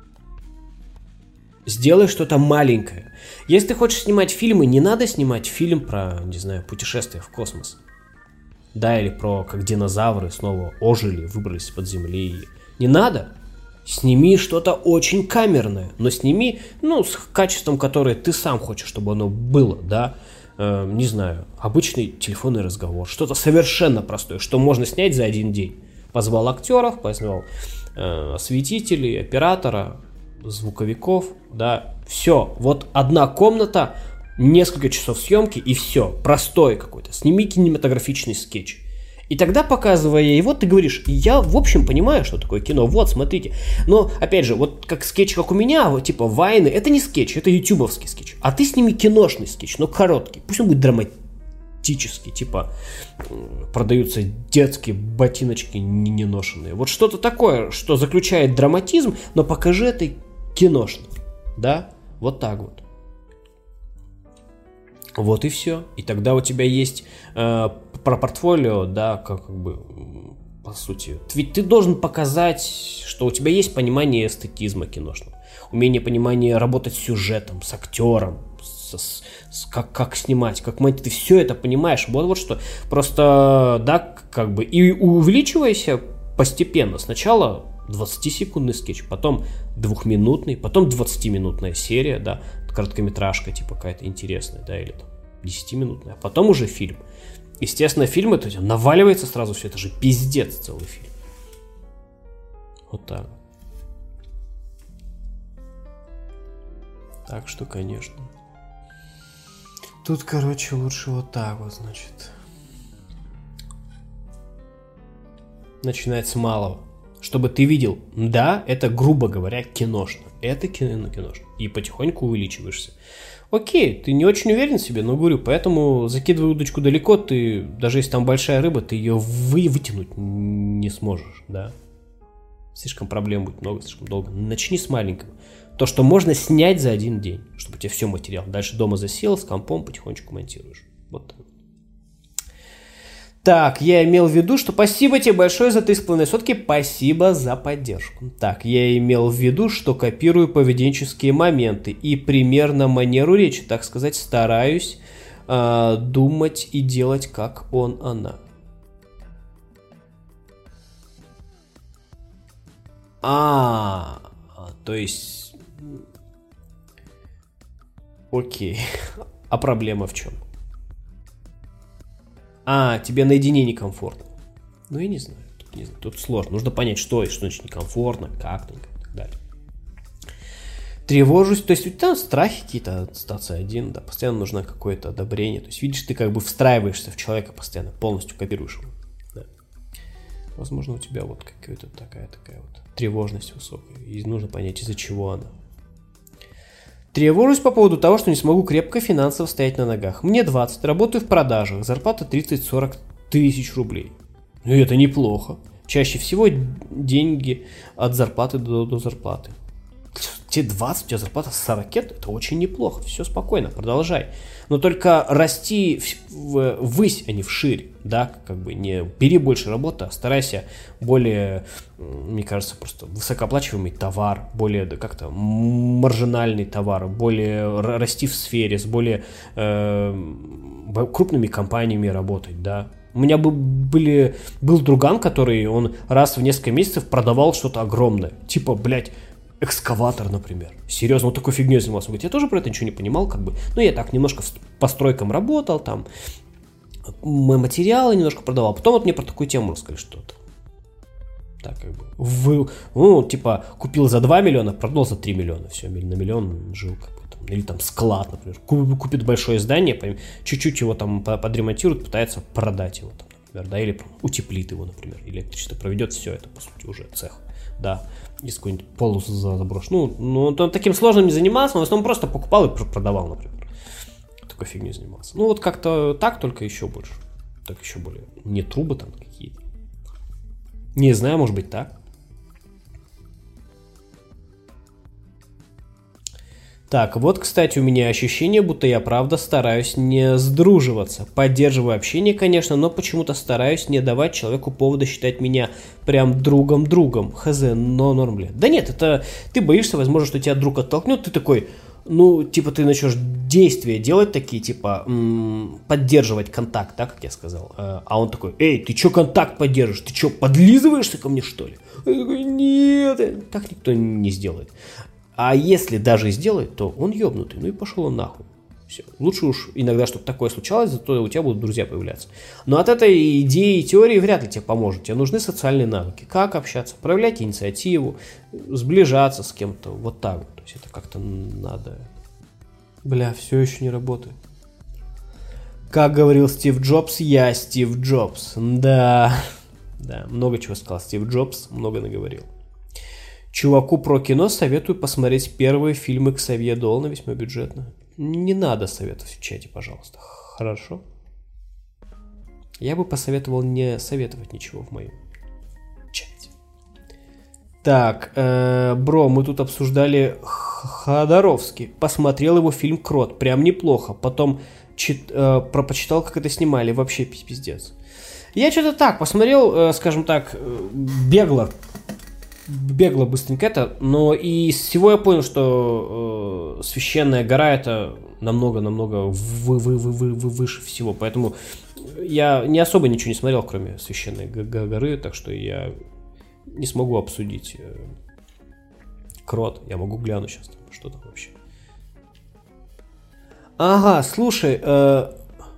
Сделай что-то маленькое. Если ты хочешь снимать фильмы, не надо снимать фильм про, не знаю, путешествие в космос. Да, или про как динозавры снова ожили, выбрались из-под земли. Не надо. Сними что-то очень камерное, но сними, ну, с качеством, которое ты сам хочешь, чтобы оно было, да. Э, не знаю, обычный телефонный разговор. Что-то совершенно простое, что можно снять за один день. Позвал актеров, позвал э, осветителей, оператора, звуковиков, да, все, вот одна комната, несколько часов съемки и все, простой какой-то, сними кинематографичный скетч. И тогда, показывая его, ты говоришь, я, в общем, понимаю, что такое кино, вот, смотрите. Но, опять же, вот как скетч, как у меня, вот, типа, вайны, это не скетч, это ютубовский скетч. А ты сними киношный скетч, но короткий, пусть он будет драматический, типа, продаются детские ботиночки неношенные. Вот что-то такое, что заключает драматизм, но покажи это киношно, да, вот так вот. Вот и все. И тогда у тебя есть э, про портфолио, да, как, как бы, по сути. Ведь ты должен показать, что у тебя есть понимание эстетизма киношного, умение, понимание работать с сюжетом, с актером, с, с, с, как, как снимать, как монтировать. Ты все это понимаешь. Вот, вот что. Просто, да, как бы, и увеличивайся постепенно. Сначала двадцатисекундный скетч, потом двухминутный, потом двадцатиминутная серия, да, короткометражка, типа какая-то интересная, да, или там десятиминутная, а потом уже фильм. Естественно, фильм это наваливается сразу все, это же пиздец целый фильм. Вот так. Так что, конечно. Тут, короче, лучше вот так вот, значит. Начинать с малого. Чтобы ты видел, да, это, грубо говоря, киношно. Это кино, киношно. И потихоньку увеличиваешься. Окей, ты не очень уверен в себе, но говорю, поэтому закидывай удочку далеко, ты, даже если там большая рыба, ты ее вы, вытянуть не сможешь, да. Слишком проблем будет много, слишком долго. Начни с маленького. То, что можно снять за один день, чтобы у тебя все материал. Дальше дома засел, с компом потихонечку монтируешь. Вот так. Так, я имел в виду, что спасибо тебе большое за три с половиной сотки, спасибо за поддержку. Так, я имел в виду, что копирую поведенческие моменты и примерно манеру речи, так сказать, стараюсь э, думать и делать, как он, она. А, то есть... Окей, а проблема в чем? А, тебе наедине некомфортно. Ну, я не знаю. Тут, не знаю, тут сложно. Нужно понять, что, что значит некомфортно, как там, и так далее. Тревожусь. То есть, у тебя страхи какие-то, стация один, да, постоянно нужно какое-то одобрение. То есть, видишь, ты как бы встраиваешься в человека постоянно, полностью копируешь его. Да. Возможно, у тебя вот какая-то такая, такая вот тревожность высокая. И нужно понять, из-за чего она. Тревожусь по поводу того, что не смогу крепко финансово стоять на ногах. Мне двадцать, работаю в продажах, зарплата тридцать-сорок тысяч рублей. И это неплохо. Чаще всего деньги от зарплаты до, до зарплаты. Тебе двадцать, у тебя зарплата сорок, это очень неплохо. Все спокойно, продолжай. Но только расти в, ввысь, а не вширь. Да, как бы не бери больше работы, а старайся более, мне кажется, просто высокооплачиваемый товар, более да, как-то маржинальный товар, более расти в сфере, с более э, крупными компаниями работать, да. У меня был, были, был друган, который он раз в несколько месяцев продавал что-то огромное. Типа, блядь, экскаватор, например. Серьезно, вот такой фигней занимался. Он говорит, я тоже про это ничего не понимал, как бы. Ну, я так немножко по стройкам работал, там, материалы немножко продавал. Потом вот мне про такую тему рассказали что-то. Так, как бы, в, ну, типа, купил за два миллиона, продал за три миллиона. Все, на миллион жил, как бы, там, или там склад, например. Купит большое здание, чуть-чуть его там подремонтирует, пытается продать его, там, например, да, или утеплит его, например, электричество проведет, все это, по сути, уже цех, да. Если какой-нибудь полос заброшен. Ну, ну, он таким сложным не занимался, но в основном просто покупал и продавал, например. Такой фигней занимался. Ну, вот как-то так, только еще больше. Так еще более. Не трубы там какие-то. Не знаю, может быть так. Так, вот, кстати, у меня ощущение, будто я правда стараюсь не сдруживаться. Поддерживаю общение, конечно, но почему-то стараюсь не давать человеку повода считать меня прям другом-другом. Хз, но норм ли? Да нет, это ты боишься, возможно, что тебя друг оттолкнет, ты такой, ну, типа, ты начнешь действия делать такие, типа, м- поддерживать контакт, да, как я сказал. А он такой, эй, ты чё контакт поддержишь? Ты чё, подлизываешься ко мне, что ли? Я такой, нет, так никто не сделает. А если даже сделает, то он ёбнутый, ну и пошел он нахуй. Все. Лучше уж иногда, чтобы такое случалось, зато у тебя будут друзья появляться. Но от этой идеи и теории вряд ли тебе поможет. Тебе нужны социальные навыки. Как общаться, проявлять инициативу, сближаться с кем-то. Вот так вот. То есть это как-то надо... Бля, все еще не работает. Как говорил Стив Джобс, я Стив Джобс. Да, да, много чего сказал Стив Джобс, много наговорил. Чуваку про кино советую посмотреть первые фильмы Ксавье Долана, весьма бюджетно. Не надо советов в чате, пожалуйста. Хорошо? Я бы посоветовал не советовать ничего в моем чате. Так, э, бро, мы тут обсуждали Ходоровский. Посмотрел его фильм «Крот». Прям неплохо. Потом чит, э, пропочитал, как это снимали. Вообще пиздец. Я что-то так посмотрел, э, скажем так, э, бегло. Бегло быстренько это, но и из всего я понял, что э, Священная гора это намного-намного вы, вы, вы, вы, вы, выше всего, поэтому я не особо ничего не смотрел, кроме Священной горы, так что я не смогу обсудить э, Крот, я могу глянуть сейчас, что там вообще. Ага, слушай, э,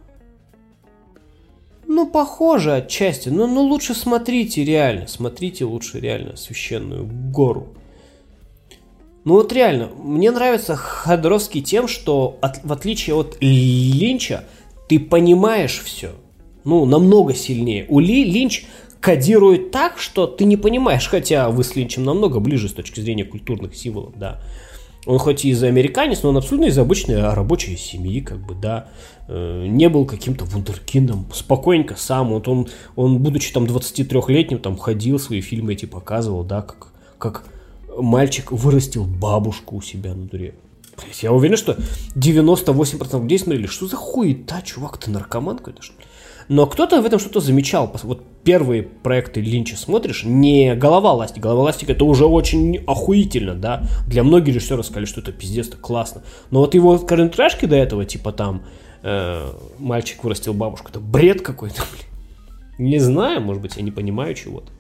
ну, похоже отчасти. Но, но лучше смотрите реально. Смотрите лучше реально Священную гору. Ну вот реально, мне нравится Ходоровский тем, что от, в отличие от Линча, ты понимаешь все. Ну, намного сильнее. У Ли Линч кодирует так, что ты не понимаешь, хотя вы с Линчем намного ближе с точки зрения культурных символов, да. Он хоть и из американец, но он абсолютно из обычной рабочей семьи, как бы, да. Не был каким-то вундеркиндом, спокойненько сам. Вот он, он, будучи там двадцатитрёхлетним, там ходил, свои фильмы эти показывал, да, как, как мальчик вырастил бабушку у себя на дуре. Я уверен, что девяносто восемь процентов людей смотрели, что за хуета, чувак, ты наркоман какой-то, что ли? Но кто-то в этом что-то замечал. Вот первые проекты Линча смотришь, не «Голова ластик». «Голова ластик» это уже очень охуительно, да. Для многих режиссеров сказали, что это пиздец, это классно. Но вот его короткометражки до этого, типа там э, «Мальчик вырастил бабушку», это бред какой-то, блин. Не знаю, может быть, я не понимаю чего-то.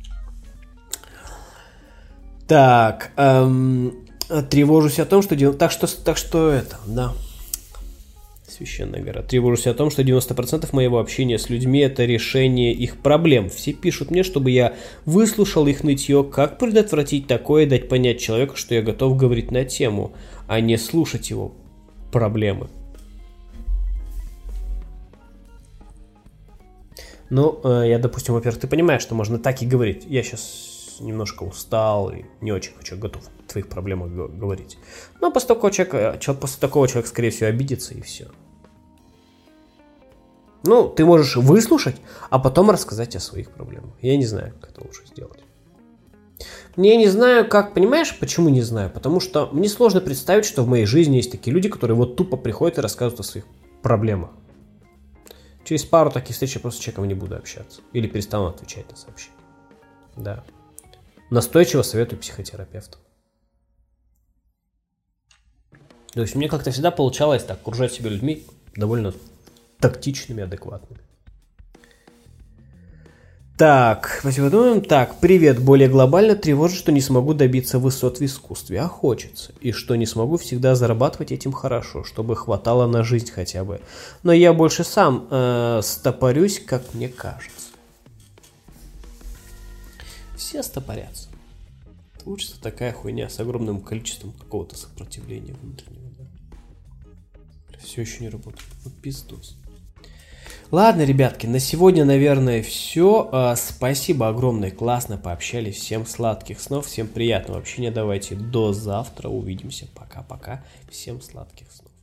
Так, эм, тревожусь о том, что... Так что, так что это, да... Священная гора. Тревожусь о том, что девяносто процентов моего общения с людьми – это решение их проблем. Все пишут мне, чтобы я выслушал их нытье. Как предотвратить такое и дать понять человеку, что я готов говорить на тему, а не слушать его проблемы. Ну, э, я, допустим, во-первых, ты понимаешь, что можно так и говорить. Я сейчас немножко устал и не очень хочу, готов о твоих проблемах г- говорить. Но после такого человека, после такого человек, скорее всего, обидится и все. Ну, ты можешь выслушать, а потом рассказать о своих проблемах. Я не знаю, как это лучше сделать. Я не знаю, как, понимаешь, почему не знаю? Потому что мне сложно представить, что в моей жизни есть такие люди, которые вот тупо приходят и рассказывают о своих проблемах. Через пару таких встреч я просто с человеком не буду общаться. Или перестану отвечать на сообщения. Да. Настойчиво советую психотерапевту. То есть мне как-то всегда получалось так окружать себя людьми довольно тактичными, адекватными. Так, подумаем. Так, привет. Более глобально тревожит, что не смогу добиться высот в искусстве, а хочется. И что не смогу всегда зарабатывать этим хорошо, чтобы хватало на жизнь хотя бы. Но я больше сам э, стопорюсь, как мне кажется. Все стопорятся. Получится такая хуйня с огромным количеством какого-то сопротивления внутреннего. Да? Все еще не работает. Вот пиздос. Ладно, ребятки, на сегодня, наверное, все. Спасибо огромное, классно пообщались. Всем сладких снов, всем приятного общения. Давайте до завтра увидимся. Пока-пока. Всем сладких снов.